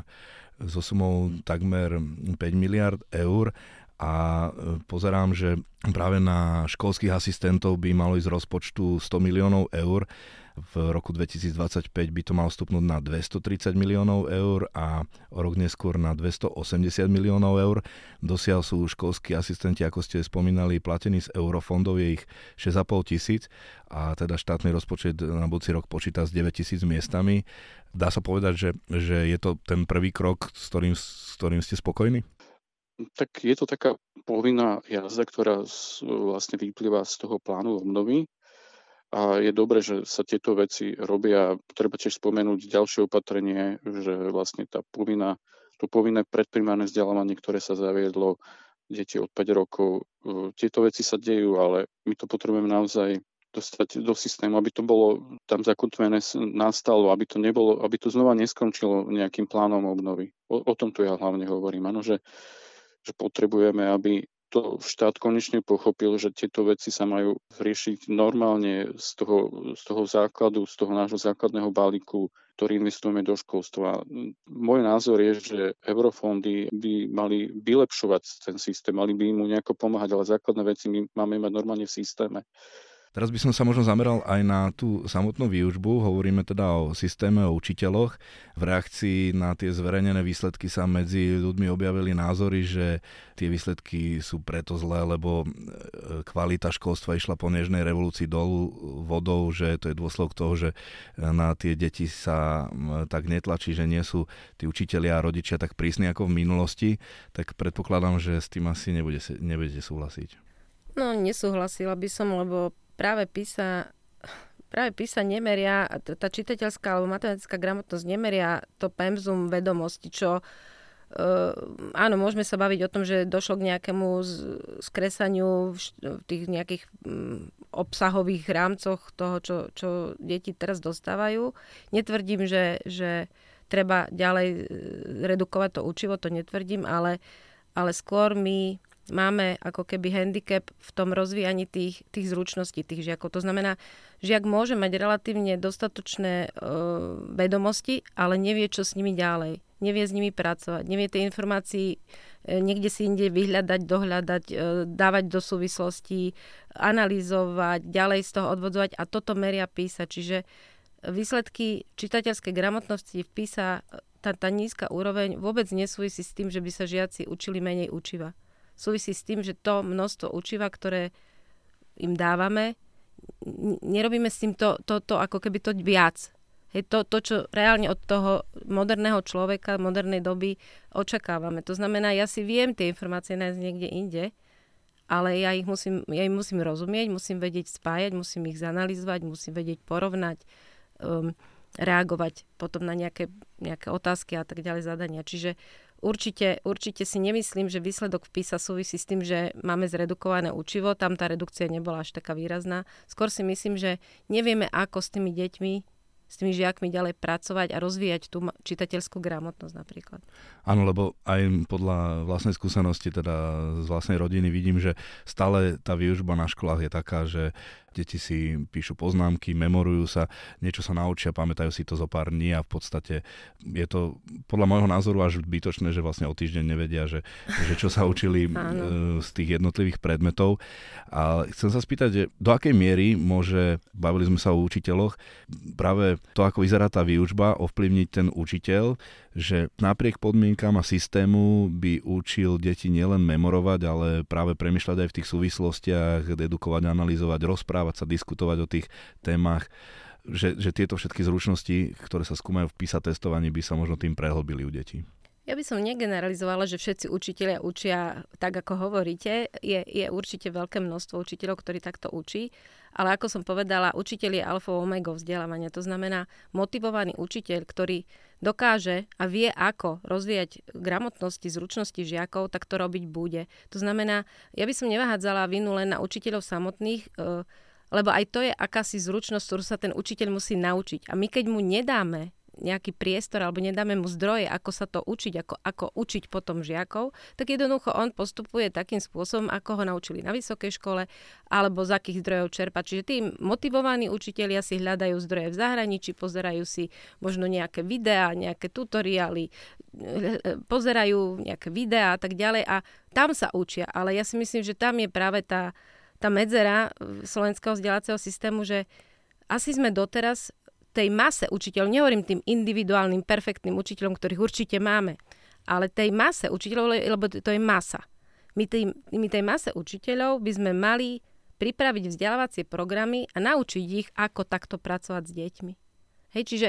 so sumou takmer 5 miliard eur a pozerám, že práve na školských asistentov by malo ísť rozpočtu 100 miliónov eur. V roku 2025 by to malo stupnúť na 230 miliónov eur a o rok neskôr na 280 miliónov eur. Dosiaľ sú školskí asistenti, ako ste spomínali, platení z eurofondov, je ich 6,5 tisíc a teda štátny rozpočet na budúci rok počíta s 9 000 miestami. Dá sa povedať, že je to ten prvý krok, s ktorým ste spokojní? Tak je to taká povinná jazda, ktorá vlastne vyplýva z toho plánu obnovy. A je dobré, že sa tieto veci robia. Treba tiež spomenúť ďalšie opatrenie, že vlastne to povinné predprimárne vzdelávanie, ktoré sa zaviedlo deti od 5 rokov, tieto veci sa dejú, ale my to potrebujeme naozaj dostať do systému, aby to bolo tam zakotvené nastalo, aby to znova neskončilo nejakým plánom obnovy. O tom tu ja hlavne hovorím, áno, že potrebujeme, aby to štát konečne pochopil, že tieto veci sa majú riešiť normálne z toho základu, z toho nášho základného balíku, ktorý investujeme do školstva. Môj názor je, že eurofondy by mali vylepšovať ten systém, mali by mu nejako pomáhať, ale základné veci my máme mať normálne v systéme. Teraz by som sa možno zameral aj na tú samotnú výučbu. Hovoríme teda o systéme, o učiteľoch. V reakcii na tie zverejnené výsledky sa medzi ľuďmi objavili názory, že tie výsledky sú preto zlé, lebo kvalita školstva išla po nežnej revolúcii dolu vodou, že to je dôsledok toho, že na tie deti sa tak netlačí, že nie sú tí učitelia a rodičia tak prísni ako v minulosti. Tak predpokladám, že s tým asi nebudete súhlasiť. No, nesúhlasila by som, lebo práve PISA nemeria, tá čitateľská alebo matematická gramotnosť nemeria to pemzum vedomosti, čo áno, môžeme sa baviť o tom, že došlo k nejakému skresaniu v tých nejakých obsahových rámcoch toho, čo deti teraz dostávajú. Netvrdím, že treba ďalej redukovať to učivo, to netvrdím, ale skôr my máme ako keby handicap v tom rozvíjaní tých zručností tých žiakov. To znamená, žiak môže mať relatívne dostatočné vedomosti, ale nevie, čo s nimi ďalej. Nevie s nimi pracovať. Nevie tie informácie niekde si inde vyhľadať, dohľadať, dávať do súvislostí, analyzovať, ďalej z toho odvodzovať a toto meria PISA. Čiže výsledky čitateľskej gramotnosti v PISA, tá nízka úroveň vôbec nesúvisí s tým, že by sa žiaci učili menej učiva. súvisí s tým, že to množstvo učiva, ktoré im dávame, nerobíme s tým to ako keby to viac. Hej, to, čo reálne od toho moderného človeka, modernej doby očakávame. To znamená, ja si viem tie informácie nájsť niekde inde, ale ja im musím rozumieť, musím vedieť spájať, musím ich zanalizovať, musím vedieť porovnať, reagovať potom na nejaké otázky a tak ďalej, zadania. Čiže určite si nemyslím, že výsledok v PISA súvisí s tým, že máme zredukované učivo, tam tá redukcia nebola až taká výrazná. Skôr si myslím, že nevieme, ako s tými deťmi, s tými žiakmi ďalej pracovať a rozvíjať tú čitateľskú gramotnosť napríklad. Áno, lebo aj podľa vlastnej skúsenosti, teda z vlastnej rodiny vidím, že stále tá výučba na školách je taká, že deti si píšu poznámky, memorujú sa, niečo sa naučia, pamätajú si to zo pár dní a v podstate je to podľa môjho názoru až zbytočné, že vlastne o týždeň nevedia, že čo sa učili z tých jednotlivých predmetov. A chcem sa spýtať, že do akej miery môže, bavili sme sa o učiteľoch, práve to, ako vyzerá tá výučba, ovplyvniť ten učiteľ, že napriek podmienkam a systému by učil deti nielen memorovať, ale práve premýšľať aj v tých súvislostiach, edukovať, analyzovať, rozprávať sa, diskutovať o tých témach, že tieto všetky zručnosti, ktoré sa skúmajú v PISA testovaní, by sa možno tým prehlbili u detí. Ja by som negeneralizovala, že všetci učitelia učia tak, ako hovoríte. Je určite veľké množstvo učiteľov, ktorí takto učí, ale ako som povedala, učiteľ je alfou omegou vzdelávania. To znamená, motivovaný učiteľ, ktorý dokáže a vie, ako rozvíjať gramotnosti, zručnosti žiakov, tak to robiť bude. To znamená, ja by som nevyhádzala vinu len na učiteľov samotných, lebo aj to je akási zručnosť, ktorú sa ten učiteľ musí naučiť. A my keď mu nedáme nejaký priestor alebo nedáme mu zdroje, ako sa to učiť, ako učiť potom žiakov, tak jednoducho on postupuje takým spôsobom, ako ho naučili na vysokej škole alebo z akých zdrojov čerpať. Čiže tí motivovaní učitelia si hľadajú zdroje v zahraničí, pozerajú si možno nejaké videá, nejaké tutoriály, pozerajú nejaké videá a tak ďalej a tam sa učia. Ale ja si myslím, že tam je práve tá medzera slovenského vzdelávacieho systému, že asi sme doteraz tej mase učiteľov, nehovorím tým individuálnym, perfektným učiteľom, ktorých určite máme, ale tej mase učiteľov, lebo to je masa. My tej mase učiteľov by sme mali pripraviť vzdelávacie programy a naučiť ich, ako takto pracovať s deťmi. Hej, čiže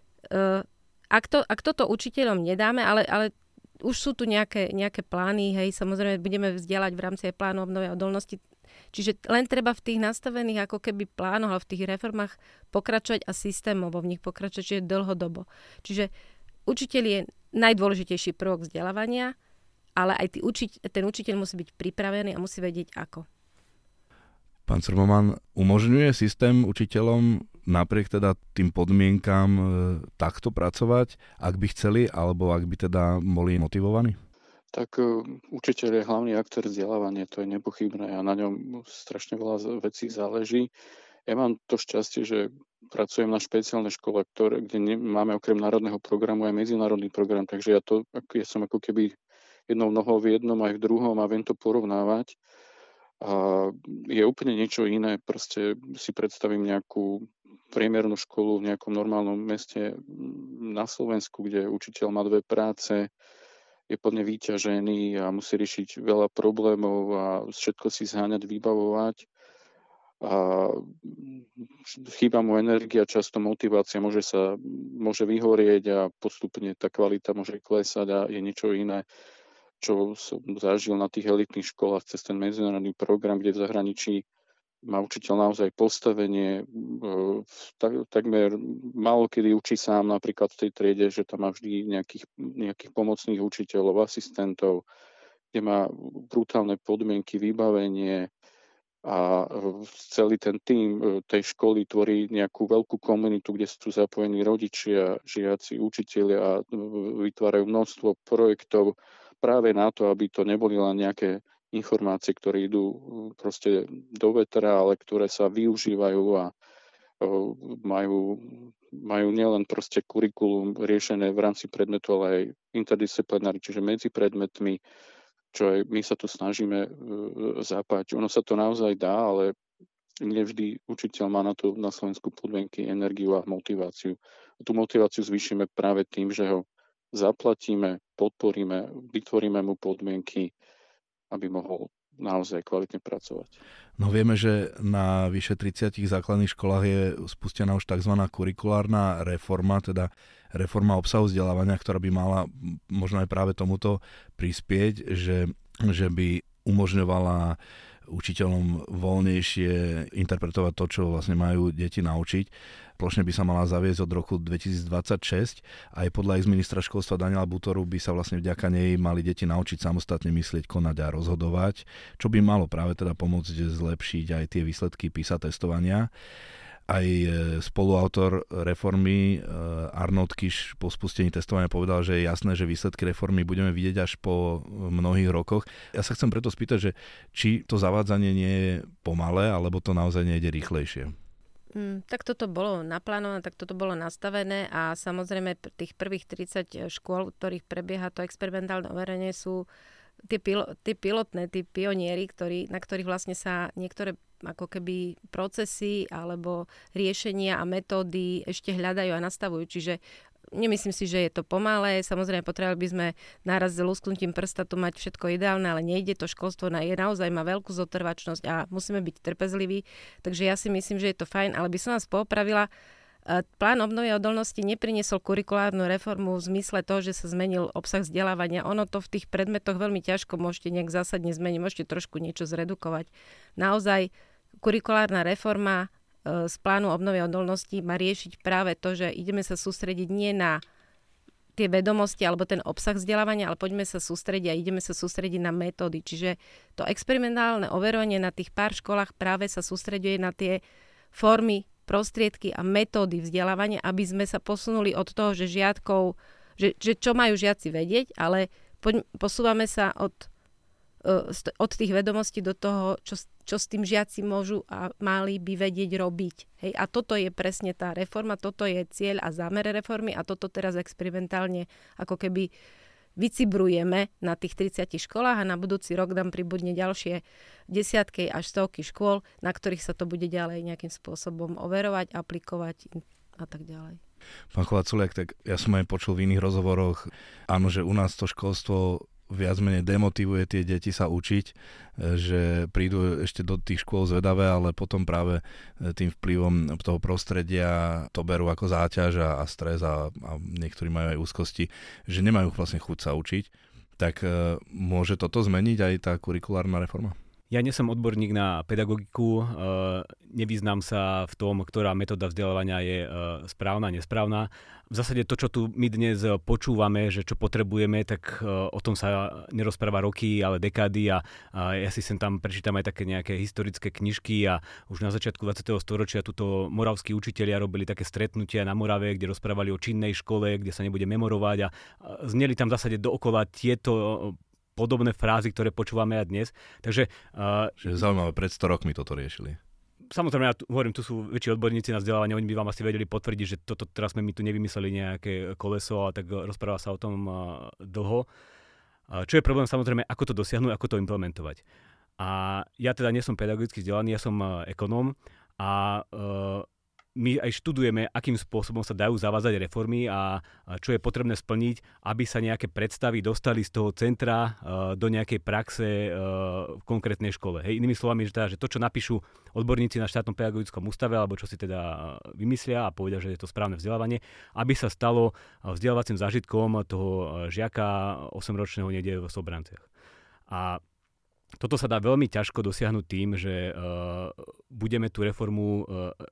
ak toto učiteľom nedáme, ale už sú tu nejaké plány, hej, samozrejme budeme vzdelať v rámci aj plánu obnovy a odolnosti. Čiže len treba v tých nastavených ako keby plánoch a v tých reformách pokračovať a systémovo v nich pokračovať, čiže dlhodobo. Čiže učiteľ je najdôležitejší prvok vzdelávania, ale aj ten učiteľ musí byť pripravený a musí vedieť ako. Pán Crmoman, umožňuje systém učiteľom napriek teda tým podmienkam takto pracovať, ak by chceli, alebo ak by teda boli motivovaní? Tak učiteľ je hlavný aktér vzdelávania, to je nepochybné a na ňom strašne veľa vecí záleží. Ja mám to šťastie, že pracujem na špeciálnej škole, kde máme okrem národného programu aj medzinárodný program, takže ja som ako keby jednou nohou v jednom aj v druhom a viem to porovnávať. A je úplne niečo iné, proste si predstavím nejakú priemernú školu v nejakom normálnom meste na Slovensku, kde učiteľ má 2 práce, je plne vyťažený a musí riešiť veľa problémov a všetko si zháňať, vybavovať. A chýba mu energia, často motivácia, môže vyhorieť a postupne tá kvalita môže klesať a je niečo iné, čo som zažil na tých elitných školách cez ten medzinárodný program, kde v zahraničí má učiteľ naozaj postavenie, takmer málo kedy učí sám napríklad v tej triede, že tam má vždy nejakých pomocných učiteľov, asistentov, kde má brutálne podmienky, vybavenie a celý ten tím tej školy tvorí nejakú veľkú komunitu, kde sú zapojení rodičia, žiaci, učitelia a vytvárajú množstvo projektov práve na to, aby to neboli len nejaké informácie, ktoré idú proste do vetra, ale ktoré sa využívajú a majú nielen proste kurikulum riešené v rámci predmetu, ale aj interdisciplinárne, čiže medzi predmetmi, čo aj my sa to snažíme zapať. Ono sa to naozaj dá, ale nevždy učiteľ má na to na Slovensku podmienky, energiu a motiváciu. A tú motiváciu zvýšime práve tým, že ho zaplatíme, podporíme, vytvoríme mu podmienky aby mohol naozaj kvalitne pracovať. No vieme, že na vyše 30 základných školách je spustená už tzv. Kurikulárna reforma, teda reforma obsahu vzdelávania, ktorá by mala možno aj práve tomuto prispieť, že by umožňovala učiteľom voľnejšie interpretovať to, čo vlastne majú deti naučiť. Plošne by sa mala zaviesť od roku 2026. Aj podľa ex-ministra školstva Daniela Butoru by sa vlastne vďaka nej mali deti naučiť samostatne myslieť, konať a rozhodovať, čo by malo práve teda pomôcť zlepšiť aj tie výsledky PISA testovania. Aj spoluautor reformy Arnold Kiš po spustení testovania povedal, že je jasné, že výsledky reformy budeme vidieť až po mnohých rokoch. Ja sa chcem preto spýtať, že či to zavádzanie nie je pomalé, alebo to naozaj nejde rýchlejšie. Tak toto bolo naplánované, tak toto bolo nastavené a samozrejme tých prvých 30 škôl, v ktorých prebieha to experimentálne overenie, sú tie pilotné, tí pionieri, na ktorých vlastne sa niektoré ako keby procesy alebo riešenia a metódy ešte hľadajú a nastavujú. Čiže nemyslím si, že je to pomalé. Samozrejme, potrebovali by sme naraz s lusknutím prsta tu mať všetko ideálne, ale nejde. To školstvo naozaj má veľkú zotrvačnosť a musíme byť trpezliví. Takže ja si myslím, že je to fajn, ale by som vás poopravila. Plán obnovy a odolnosti nepriniesol kurikulárnu reformu v zmysle toho, že sa zmenil obsah vzdelávania. Ono to v tých predmetoch veľmi ťažko môžete nejak zásadne zmeniť, môžete trošku niečo zredukovať. Naozaj kurikulárna reforma z plánu obnovy a odolnosti má riešiť práve to, že ideme sa sústrediť nie na tie vedomosti alebo ten obsah vzdelávania, ale poďme sa sústrediť a ideme sa sústrediť na metódy. Čiže to experimentálne overovanie na tých pár školách práve sa sústreďuje na tie formy, prostriedky a metódy vzdelávania, aby sme sa posunuli od toho, že žiadkov, že čo majú žiaci vedieť, ale posúvame sa od tých vedomostí do toho, čo s tým žiaci môžu a mali by vedieť robiť. Hej? A toto je presne tá reforma, toto je cieľ a zámer reformy a toto teraz experimentálne ako keby vycibrujeme na tých 30 školách a na budúci rok nám pribudne ďalšie desiatky až stovky škôl, na ktorých sa to bude ďalej nejakým spôsobom overovať, aplikovať a tak ďalej. Pán Kovaculiak, tak ja som aj počul v iných rozhovoroch, áno, že u nás to školstvo viac menej demotivuje tie deti sa učiť, že prídu ešte do tých škôl zvedavé, ale potom práve tým vplyvom toho prostredia to berú ako záťaž a stres a niektorí majú aj úzkosti, že nemajú vlastne chuť sa učiť. Tak môže toto zmeniť aj tá kurikulárna reforma? Ja nie som odborník na pedagogiku, nevyznám sa v tom, ktorá metóda vzdelávania je správna, nesprávna. V zásade to, čo tu my dnes počúvame, že čo potrebujeme, tak o tom sa nerozpráva roky, ale dekády a ja si sem tam prečítam aj také nejaké historické knižky a už na začiatku 20. storočia tuto moravskí učitelia robili také stretnutia na Morave, kde rozprávali o činnej škole, kde sa nebude memorovať a zneli tam v zásade dookola tieto podobné frázy, ktoré počúvame aj dnes. Takže zaujímavé, pred 100 rokmi toto riešili. Samozrejme, ja hovorím, tu sú väčší odborníci na vzdelávanie, oni by vám asi vedeli potvrdiť, že toto teraz sme my tu nevymysleli nejaké koleso, ale tak rozpráva sa o tom dlho. Čo je problém, samozrejme, ako to dosiahnuť, ako to implementovať. A ja teda nie som pedagogicky vzdelaný, ja som ekonóm a my aj študujeme, akým spôsobom sa dajú zavádzať reformy a čo je potrebné splniť, aby sa nejaké predstavy dostali z toho centra do nejakej praxe v konkrétnej škole. Hej, inými slovami, že to, čo napíšu odborníci na štátnom pedagogickom ústave, alebo čo si teda vymyslia a povedia, že je to správne vzdelávanie, aby sa stalo vzdelávacím zážitkom toho žiaka 8-ročného niekde v Sobranciach. A toto sa dá veľmi ťažko dosiahnuť tým, že budeme tú reformu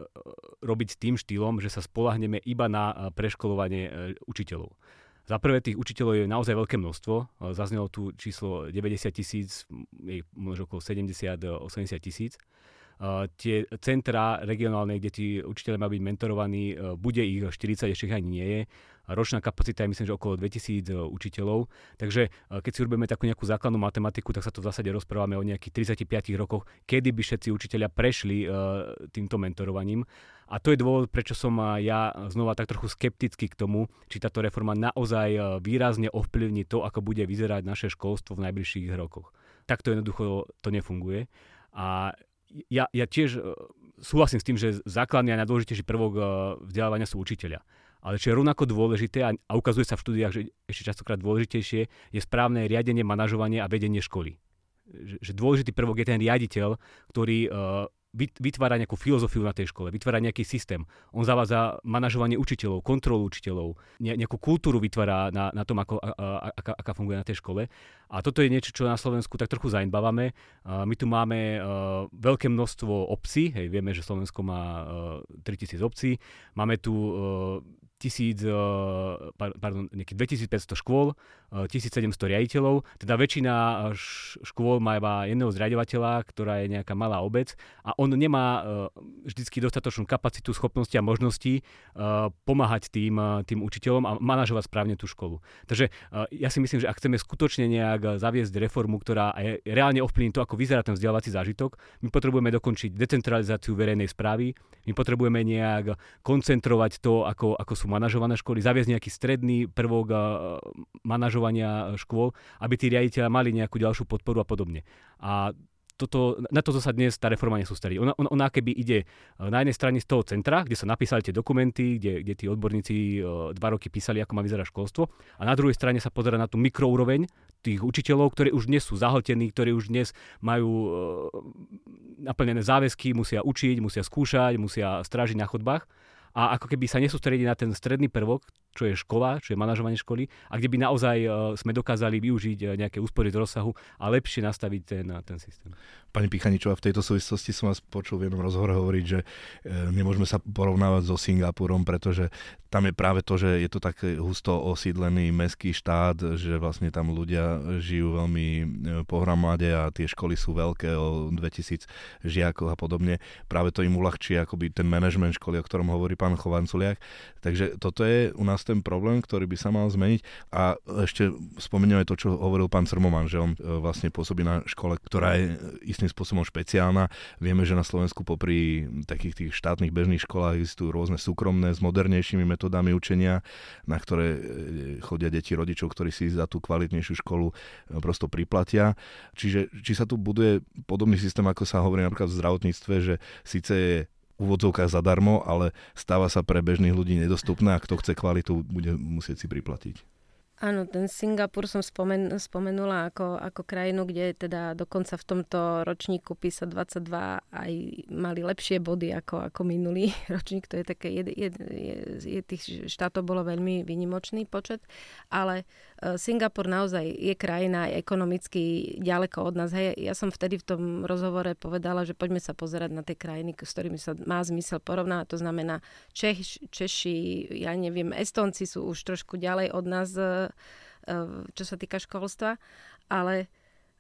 robiť tým štýlom, že sa spoľahneme iba na preškolovanie učiteľov. Za prvé tých učiteľov je naozaj veľké množstvo. Zaznelo tu číslo 90 000, možno okolo 70-80 000. Tie centrá regionálne, kde tí učiteľe majú byť mentorovaní, bude ich 40, ešte ani nie je. Ročná kapacita je myslím, že okolo 2000 učiteľov. Takže keď si urobíme takú nejakú základnú matematiku, tak sa to v zásade rozprávame o nejakých 35 rokoch, kedy by všetci učiteľia prešli týmto mentorovaním. A to je dôvod, prečo som ja znova tak trochu skeptický k tomu, či táto reforma naozaj výrazne ovplyvní to, ako bude vyzerať naše školstvo v najbližších rokoch. Takto jednoducho to nefunguje. A ja tiež súhlasím s tým, že základný a najdôležitejší prvok vzdelávania sú učitelia. Ale čo je rovnako dôležité a ukazuje sa v štúdiách, že ešte častokrát dôležitejšie, je správne riadenie, manažovanie a vedenie školy. že dôležitý prvok je ten riaditeľ, ktorý vytvára nejakú filozofiu na tej škole, vytvára nejaký systém. On zavádza manažovanie učiteľov, kontrolu učiteľov, nejakú kultúru vytvára na tom, aká funguje na tej škole. A toto je niečo, čo na Slovensku tak trochu zanedbávame. My tu máme veľké množstvo obcí, vieme, že Slovensko má 3000 obcí, máme tu nejakých 2500 škôl, 1700 riaditeľov, teda väčšina škôl má iba jedného zriaďovateľa, ktorá je nejaká malá obec a on nemá vždycky dostatočnú kapacitu, schopnosti a možnosti pomáhať tým učiteľom a manažovať správne tú školu. Takže ja si myslím, že ak chceme skutočne nejak zaviesť reformu, ktorá reálne ovplyvní to, ako vyzerá ten vzdelávací zážitok, my potrebujeme dokončiť decentralizáciu verejnej správy, my potrebujeme nejak koncentrovať to, ako sú manažované školy, zaviesť nejaký stredný prvok manažovania škôl, aby tí riaditeľa mali nejakú ďalšiu podporu a podobne. A na toto sa dnes tá reforma nesústredí. Ona keby ide na jednej strane z toho centra, kde sa napísali tie dokumenty, kde tí odborníci 2 roky písali, ako má vyzerať školstvo, a na druhej strane sa pozerá na tú mikroúroveň tých učiteľov, ktorí už dnes sú zahltení, ktorí už dnes majú naplnené záväzky, musia učiť, musia skúšať, musia strážiť na chodbách. A ako keby sa nesústredí na ten stredný prvok, čo je škola, čo je manažovanie školy, a kde by naozaj sme dokázali využiť nejaké úspory z rozsahu a lepšie nastaviť ten systém. Pani Pichaničová, v tejto súvislosti som vás počul v jednom rozhovore hovoriť, že nemôžeme sa porovnávať so Singapurom, pretože tam je práve to, že je to tak husto osídlený mestský štát, že vlastne tam ľudia žijú veľmi pohromade a tie školy sú veľké, o 2000 žiakov a podobne. Práve to im uľahčí akoby ten manažment školy, o ktorom hovorí pán Chovanculiak. Takže toto je u nás ten problém, ktorý by sa mal zmeniť. A ešte spomeniem aj to, čo hovoril pán Crmoman, že on vlastne pôsobí na škole, ktorá je istým spôsobom špeciálna. Vieme, že na Slovensku popri takých tých štátnych bežných školách existujú rôzne súkromné s modernejšími metódami učenia, na ktoré chodia deti rodičov, ktorí si za tú kvalitnejšiu školu prosto priplatia. Čiže či sa tu buduje podobný systém, ako sa hovorí napríklad v zdravotníctve, že síce je v úvodzovkách zadarmo, ale stáva sa pre bežných ľudí nedostupné a kto chce kvalitu, bude musieť si priplatiť. Áno, ten Singapur som spomenula ako krajinu, kde teda dokonca v tomto ročníku PISA 22 aj mali lepšie body ako minulý ročník. To je také, tých štátov bolo veľmi výnimočný počet, ale Singapur naozaj je krajina ekonomicky ďaleko od nás. Hej, ja som vtedy v tom rozhovore povedala, že poďme sa pozerať na tie krajiny, s ktorými sa má zmysel porovnať. To znamená Češi, ja neviem, Estonci sú už trošku ďalej od nás, čo sa týka školstva, ale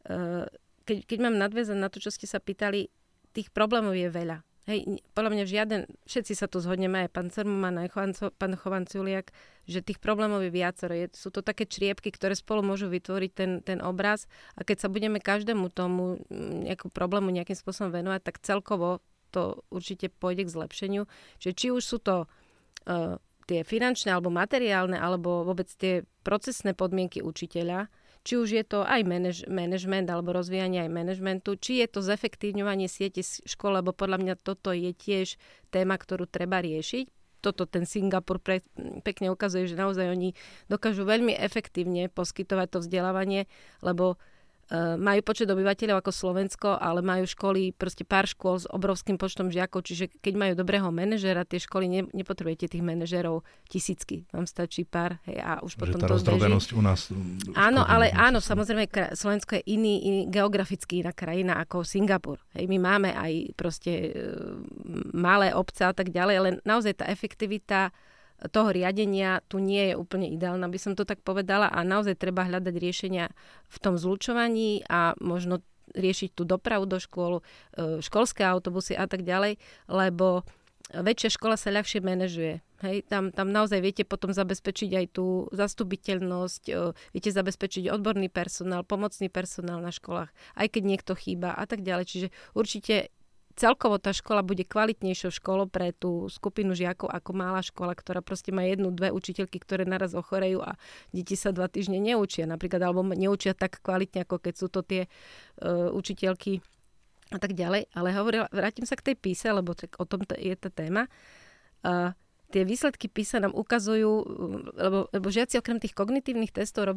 keď mám nadväzať na to, čo ste sa pýtali, tých problémov je veľa. Hej, podľa mňa všetci sa tu zhodneme, aj pán Crmoman, aj pán Chovanculiak, že tých problémov je viacero. Sú to také čriepky, ktoré spolu môžu vytvoriť ten obraz, a keď sa budeme každému tomu nejakú problému nejakým spôsobom venovať, tak celkovo to určite pôjde k zlepšeniu. Čiže či už sú to tie finančné alebo materiálne, alebo vôbec tie procesné podmienky učiteľa, či už je to aj manažment alebo rozvíjanie aj manažmentu, či je to zefektívňovanie siete škôl, lebo podľa mňa toto je tiež téma, ktorú treba riešiť. Toto ten Singapur pekne ukazuje, že naozaj oni dokážu veľmi efektívne poskytovať to vzdelávanie, lebo majú počet obyvateľov ako Slovensko, ale majú školy, proste pár škôl s obrovským počtom žiakov, čiže keď majú dobrého manažera, tie školy nepotrebujete tých manažerov tisícky, vám stačí pár, hej, a už potom tá to rozdrobenosť u nás. Áno, ale áno, samozrejme Slovensko je iný geograficky iná krajina ako Singapur. Hej, my máme aj proste malé obce a tak ďalej, ale naozaj tá efektivita toho riadenia tu nie je úplne ideálna, by som to tak povedala, a naozaj treba hľadať riešenia v tom zlučovaní a možno riešiť tú dopravu do škôl, školské autobusy a tak ďalej, lebo väčšia škola sa ľahšie manažuje. Hej, tam naozaj viete potom zabezpečiť aj tú zastupiteľnosť, viete zabezpečiť odborný personál, pomocný personál na školách, aj keď niekto chýba a tak ďalej. Čiže určite celkovo tá škola bude kvalitnejšou školou pre tú skupinu žiakov ako malá škola, ktorá proste má 1-2 učiteľky, ktoré naraz ochorejú a deti sa 2 týždne neučia napríklad, alebo neučia tak kvalitne, ako keď sú to tie učiteľky a tak ďalej. Ale vrátim sa k tej PISA, lebo tak o tom je tá téma. Tie tie výsledky PISA nám ukazujú, lebo žiaci okrem tých kognitívnych testov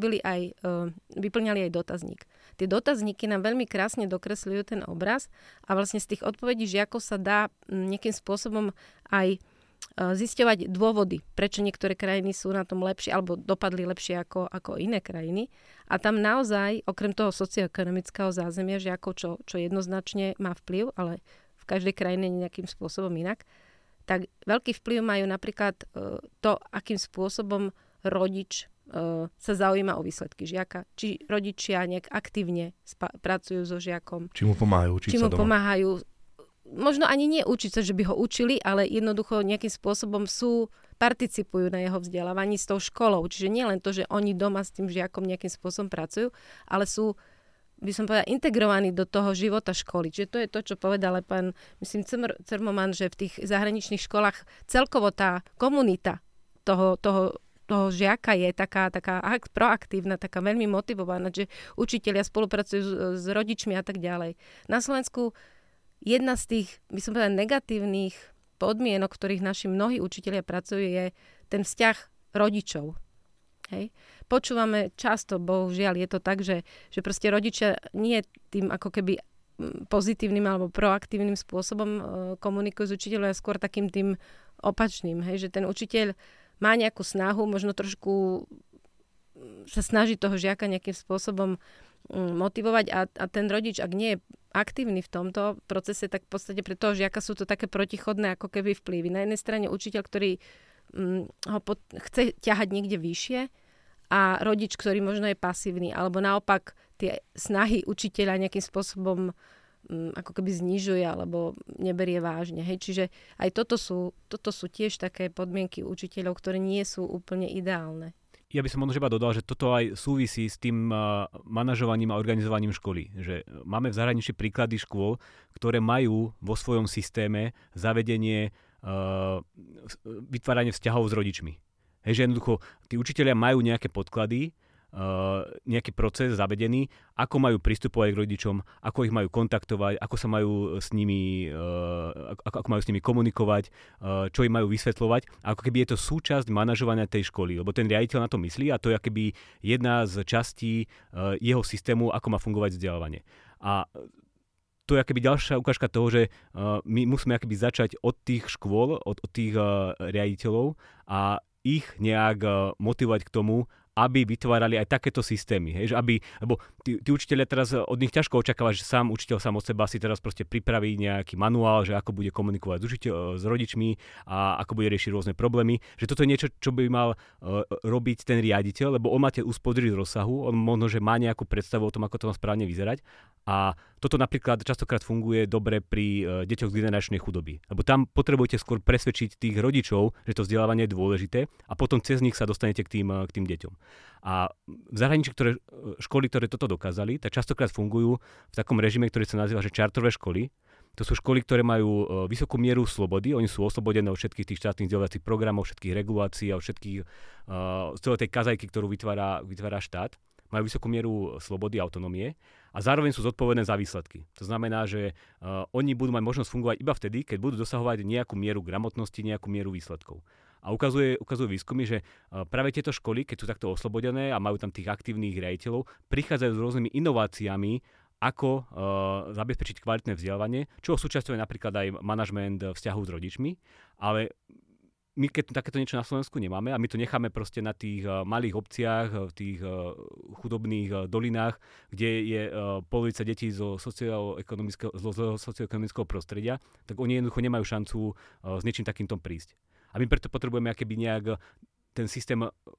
vyplňali aj dotazník. Tie dotazníky nám veľmi krásne dokresľujú ten obraz a vlastne z tých odpovedí žiakov sa dá nejakým spôsobom aj zisťovať dôvody, prečo niektoré krajiny sú na tom lepšie alebo dopadli lepšie ako iné krajiny. A tam naozaj, okrem toho socioekonomického zázemia žiakov, čo jednoznačne má vplyv, ale v každej krajine nejakým spôsobom inak, tak veľký vplyv majú napríklad to, akým spôsobom rodič sa zaujíma o výsledky žiaka. Či rodičia nejak aktívne pracujú so žiakom. Či mu pomáhajú učiť sa doma. Pomáhajú. Možno ani nie učiť sa, že by ho učili, ale jednoducho nejakým spôsobom participujú na jeho vzdelávaní s tou školou. Čiže nie len to, že oni doma s tým žiakom nejakým spôsobom pracujú, ale sú, by som povedala, integrovaní do toho života školy. Čiže to je to, čo povedal aj pán, myslím, Cermoman, že v tých zahraničných školách celkovo tá komunita toho žiaka je taká proaktívna, taká veľmi motivovaná, že učitelia spolupracujú s rodičmi a tak ďalej. Na Slovensku jedna z tých, by som povedala, negatívnych podmienok, v ktorých naši mnohí učitelia pracujú, je ten vzťah rodičov. Hej. Počúvame často, bohužiaľ, je to tak, že proste rodičia nie tým ako keby pozitívnym alebo proaktívnym spôsobom komunikujú s učiteľom, a skôr takým tým opačným. Hej, že ten učiteľ má nejakú snahu, možno trošku sa snaží toho žiaka nejakým spôsobom motivovať a ten rodič, ak nie je aktívny v tomto procese, tak v podstate pre toho žiaka sú to také protichodné ako keby vplyvy. Na jednej strane učiteľ, ktorý ho chce ťahať niekde vyššie a rodič, ktorý možno je pasívny, alebo naopak tie snahy učiteľa nejakým spôsobom ako keby znižuje alebo neberie vážne. Hej. Čiže aj toto sú tiež také podmienky učiteľov, ktoré nie sú úplne ideálne. Ja by som možno iba dodal, že toto aj súvisí s tým manažovaním a organizovaním školy. Že máme v zahraničí príklady škôl, ktoré majú vo svojom systéme zavedenie vytváranie vzťahov s rodičmi. Hej, že jednoducho tí učitelia majú nejaké podklady, nejaký proces zavedený, ako majú pristupovať k rodičom, ako ich majú kontaktovať, ako sa majú s nimi, ako majú s nimi komunikovať, čo im majú vysvetľovať. A ako keby je to súčasť manažovania tej školy, lebo ten riaditeľ na to myslí a to je akoby jedna z častí jeho systému, ako má fungovať vzdelávanie. A to je akoby ďalšia ukážka toho, že my musíme akoby začať od tých škôl, od tých riaditeľov a ich nejak motivovať k tomu, aby vytvárali aj takéto systémy. Hej? Lebo tí učiteľia teraz od nich ťažko očakávať, že sám učiteľ sám od seba si teraz proste pripraví nejaký manuál, že ako bude komunikovať s rodičmi a ako bude riešiť rôzne problémy. Že toto je niečo, čo by mal robiť ten riaditeľ, lebo on má tie uspodriť z rozsahu, on možno, že má nejakú predstavu o tom, ako to má správne vyzerať. A toto napríklad častokrát funguje dobre pri deťoch z generačnej chudoby. Lebo tam potrebujete skôr presvedčiť tých rodičov, že to vzdelávanie je dôležité a potom cez nich sa dostanete k tým deťom. A v zahraničí školy, ktoré toto dokázali, tak častokrát fungujú v takom režime, ktorý sa nazýva že čartrové školy. To sú školy, ktoré majú vysokú mieru slobody, oni sú oslobodené od všetkých tých štátnych vzdelávacích programov, všetkých regulácií a od všetkých z celej tej kazajky, ktorú vytvára štát. Majú vysokú mieru slobody a autonómie a zároveň sú zodpovedné za výsledky. To znamená, že oni budú mať možnosť fungovať iba vtedy, keď budú dosahovať nejakú mieru gramotnosti, nejakú mieru výsledkov. A ukazujú výskumy, že práve tieto školy, keď sú takto oslobodené a majú tam tých aktívnych riaditeľov, prichádzajú s rôznymi inováciami, ako zabezpečiť kvalitné vzdelávanie, čo súčasťuje napríklad aj manažment vzťahu s rodičmi, ale my keď takéto niečo na Slovensku nemáme a my to necháme proste na tých malých obciach, v tých chudobných dolinách, kde je polovica detí zo socioekonomického prostredia, tak oni jednoducho nemajú šancu s niečím takýmto prísť. A my preto potrebujeme akoby nejak ten systém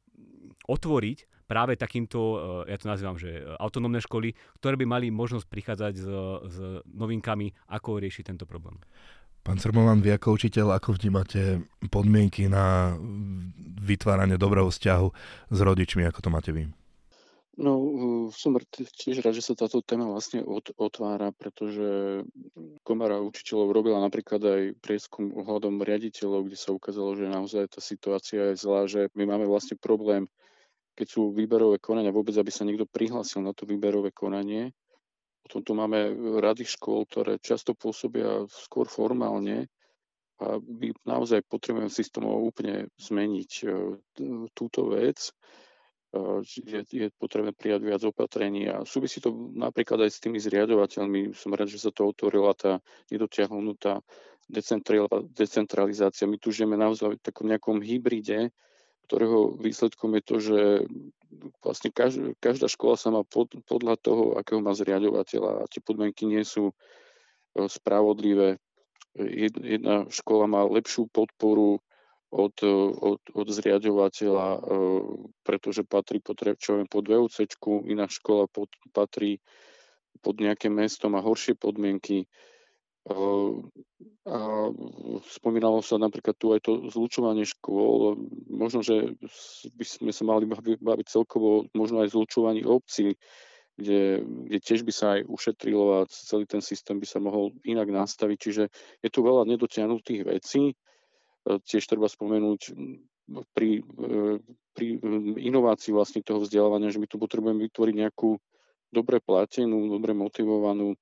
otvoriť práve takýmto, ja to nazývam, že autonómne školy, ktoré by mali možnosť prichádzať s novinkami, ako riešiť tento problém. Pán Cermoman, vy ako učiteľ, ako vnímate podmienky na vytváranie dobrého vzťahu s rodičmi, ako to máte vy? No, som tiež rád, že sa táto téma vlastne otvára, pretože Komora učiteľov robila napríklad aj prieskum ohľadom riaditeľov, kde sa ukázalo, že naozaj tá situácia je zlá, že my máme vlastne problém, keď sú výberové konania, vôbec aby sa niekto prihlásil na to výberové konanie. Potom tu máme rady škôl, ktoré často pôsobia skôr formálne A my naozaj potrebujeme systémovo úplne zmeniť túto vec. Je potrebné prijať viac opatrení a súvisí to napríklad aj s tými zriaďovateľmi. Som rád, že sa to otvorila tá nedotiahnutá decentralizácia. My tu žijeme naozaj v takom nejakom hybride, ktorého výsledkom je to, že vlastne každá škola sa má podľa toho, akého má zriaďovateľa, a tie podmienky nie sú spravodlivé. Jedna škola má lepšiu podporu od zriaďovateľa, pretože patrí pod VUC-čku, iná škola patrí pod nejaké mesto, má horšie podmienky. A spomínalo sa napríklad tu aj to zlučovanie škôl. Možno, že by sme sa mali baviť celkovo možno aj zlučovaní obcí, kde tiež by sa aj ušetrilo a celý ten systém by sa mohol inak nastaviť. Čiže je tu veľa nedotiahnutých vecí. Tiež treba spomenúť pri inovácii vlastne toho vzdelávania, že my tu potrebujeme vytvoriť nejakú dobre platenú, dobre motivovanú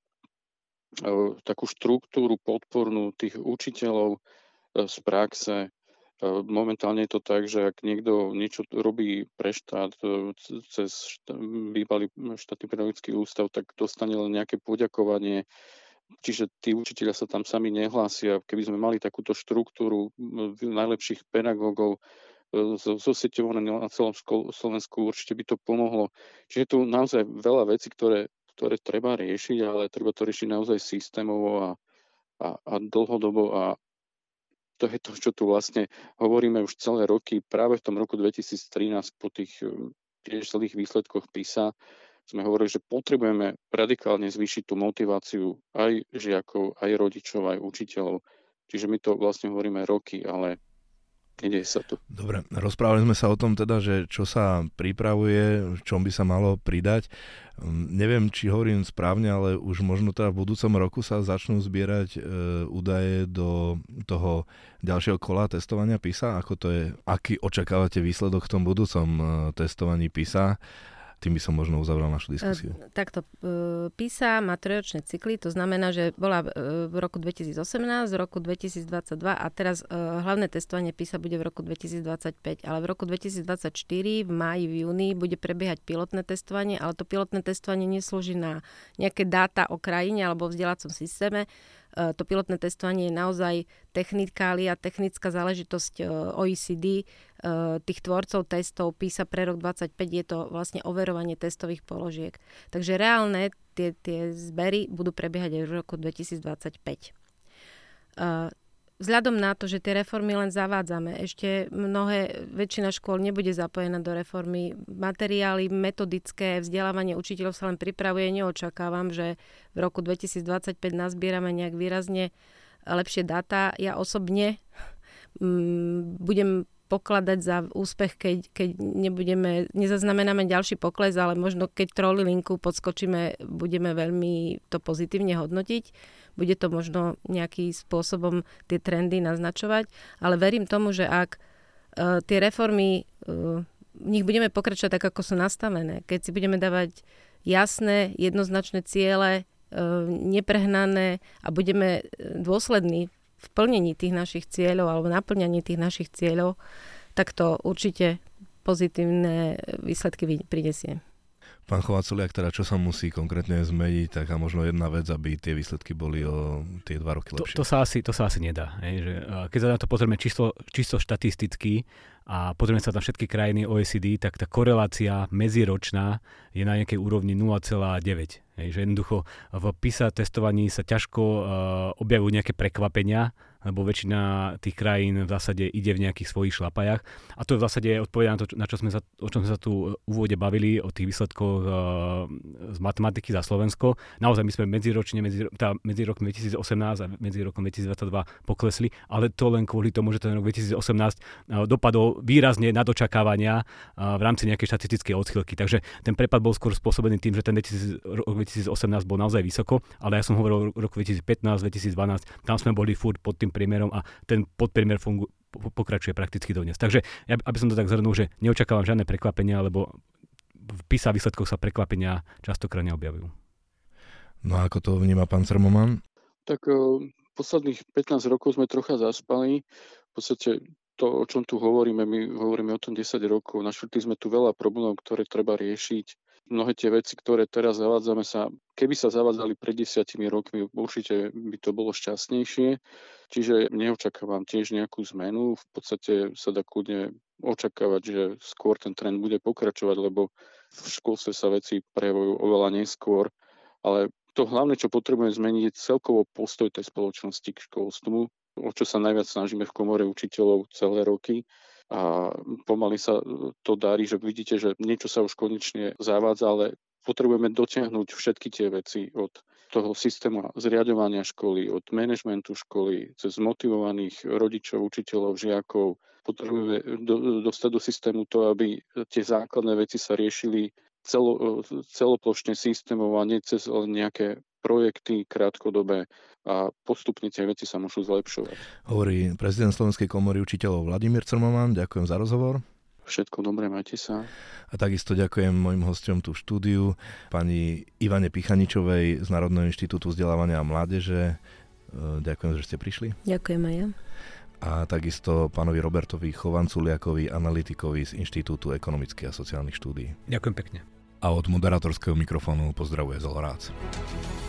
takú štruktúru podpornú tých učiteľov z praxe. Momentálne je to tak, že ak niekto niečo robí pre štát cez bývalý štátny pedagogický ústav, tak dostane len nejaké poďakovanie. Čiže tí učiteľia sa tam sami nehlásia. Keby sme mali takúto štruktúru najlepších pedagógov zosieťované na celom Slovensku, určite by to pomohlo. Čiže je tu naozaj veľa vecí, ktoré treba riešiť, ale treba to riešiť naozaj systémovo a dlhodobo. A to je to, čo tu vlastne hovoríme už celé roky. Práve v tom roku 2013 po tých tiež celých výsledkoch PISA sme hovorili, že potrebujeme radikálne zvýšiť tú motiváciu aj žiakov, aj rodičov, aj učiteľov. Čiže my to vlastne hovoríme roky, ale nedieje sa to. Dobre, rozprávali sme sa o tom teda, že čo sa pripravuje, v čom by sa malo pridať. Neviem, či hovorím správne, ale už možno teda v budúcom roku sa začnú zbierať údaje do toho ďalšieho kola testovania PISA. Ako to je, aký očakávate výsledok v tom budúcom testovaní PISA? Tým by som možno uzavrel našu diskusiu. Takto, PISA má trojročné cykly, to znamená, že bola v roku 2018, v roku 2022 a teraz hlavné testovanie PISA bude v roku 2025, ale v roku 2024 v máji, v júni bude prebiehať pilotné testovanie, ale to pilotné testovanie neslúži na nejaké dáta o krajine alebo v vzdelávacom systéme. To pilotné testovanie je naozaj technikália, technická záležitosť OECD, tých tvorcov testov PISA pre rok 2025 je to vlastne overovanie testových položiek. Takže reálne tie zbery budú prebiehať aj v roku 2025. Vzhľadom na to, že tie reformy len zavádzame, ešte väčšina škôl nebude zapojená do reformy. Materiály, metodické vzdelávanie učiteľov sa len pripravuje. Neočakávam, že v roku 2025 nazbierame nejak výrazne lepšie dáta. Ja osobne budem pokladať za úspech, keď nezaznamenáme ďalší pokles, ale možno keď troli linku podskočíme, budeme veľmi to pozitívne hodnotiť. Bude to možno nejakým spôsobom tie trendy naznačovať, ale verím tomu, že ak tie reformy, v nich budeme pokračovať tak, ako sú nastavené, keď si budeme dávať jasné, jednoznačné ciele, neprehnané a budeme dôslední v plnení tých našich cieľov alebo naplňaní tých našich cieľov, tak to určite pozitívne výsledky prinesie. Pán Chovaculiak, teda čo sa musí konkrétne zmeniť, tak a možno jedna vec, aby tie výsledky boli o tie 2 roky lepšie. To sa asi nedá. Že, keď sa na to pozrieme čisto štatisticky a pozrieme sa na všetky krajiny OECD, tak tá korelácia medziročná je na nejakej úrovni 0,9. Že jednoducho v PISA testovaní sa ťažko objavujú nejaké prekvapenia, lebo väčšina tých krajín v zásade ide v nejakých svojich šlapajach. A to v zásade odpovedá na to, o čom sme sa tu v úvode bavili, o tých výsledkoch z matematiky za Slovensko. Naozaj my sme medzi rokom 2018 a medzi rokom 2022 poklesli, ale to len kvôli tomu, že ten rok 2018 dopadol výrazne nad očakávania v rámci nejakej štatistickej odchýlky. Takže ten prepad bol skôr spôsobený tým, že ten rok 2018 bol naozaj vysoko, ale ja som hovoril o roku 2015, 2012, tam sme boli furt pod tým priemerom a ten podpriemer pokračuje prakticky dodnes. Takže ja, aby som to tak zhrnul, že neočakávam žiadne prekvapenia, lebo v PISA výsledkoch sa prekvapenia častokrát neobjavujú. No a ako to vníma pán Crmoman? Tak posledných 15 rokov sme trocha zaspali. V podstate to, o čom tu hovoríme, my hovoríme o tom 10 rokov. Našli sme tu veľa problémov, ktoré treba riešiť. Mnohé tie veci, ktoré teraz zavádzame keby sa zavádzali pred 10 rokmi, určite by to bolo šťastnejšie. Čiže neočakávam tiež nejakú zmenu. V podstate sa dá kľudne očakávať, že skôr ten trend bude pokračovať, lebo v školstve sa veci prejavujú oveľa neskôr. Ale to hlavné, čo potrebujeme zmeniť, je celkovo postoj tej spoločnosti k školstvu, o čo sa najviac snažíme v komore učiteľov celé roky. A pomaly sa to darí, že vidíte, že niečo sa už konečne zavádza, ale potrebujeme dotiahnuť všetky tie veci od toho systému zriaďovania školy, od manažmentu školy, cez motivovaných rodičov, učiteľov, žiakov. Potrebujeme dostať do systému to, aby tie základné veci sa riešili celoplošne systémov a nie cez nejaké projekty krátkodobé a postupne tie veci sa môžu zlepšovať. Hovorí prezident Slovenskej komory učiteľov Vladimír Crmoman. Ďakujem za rozhovor. Všetko dobré, majte sa. A takisto ďakujem mojim hosťom tu v štúdiu, pani Ivane Pichaničovej z Národného inštitútu vzdelávania a mládeže. Ďakujem, že ste prišli. Ďakujem aj ja. A takisto pánovi Robertovi Chovanculiakovi, analytikovi z Inštitútu ekonomických a sociálnych štúdií. Ďakujem pekne. A od moderátorského mikrofónu pozdravuje Zolorác.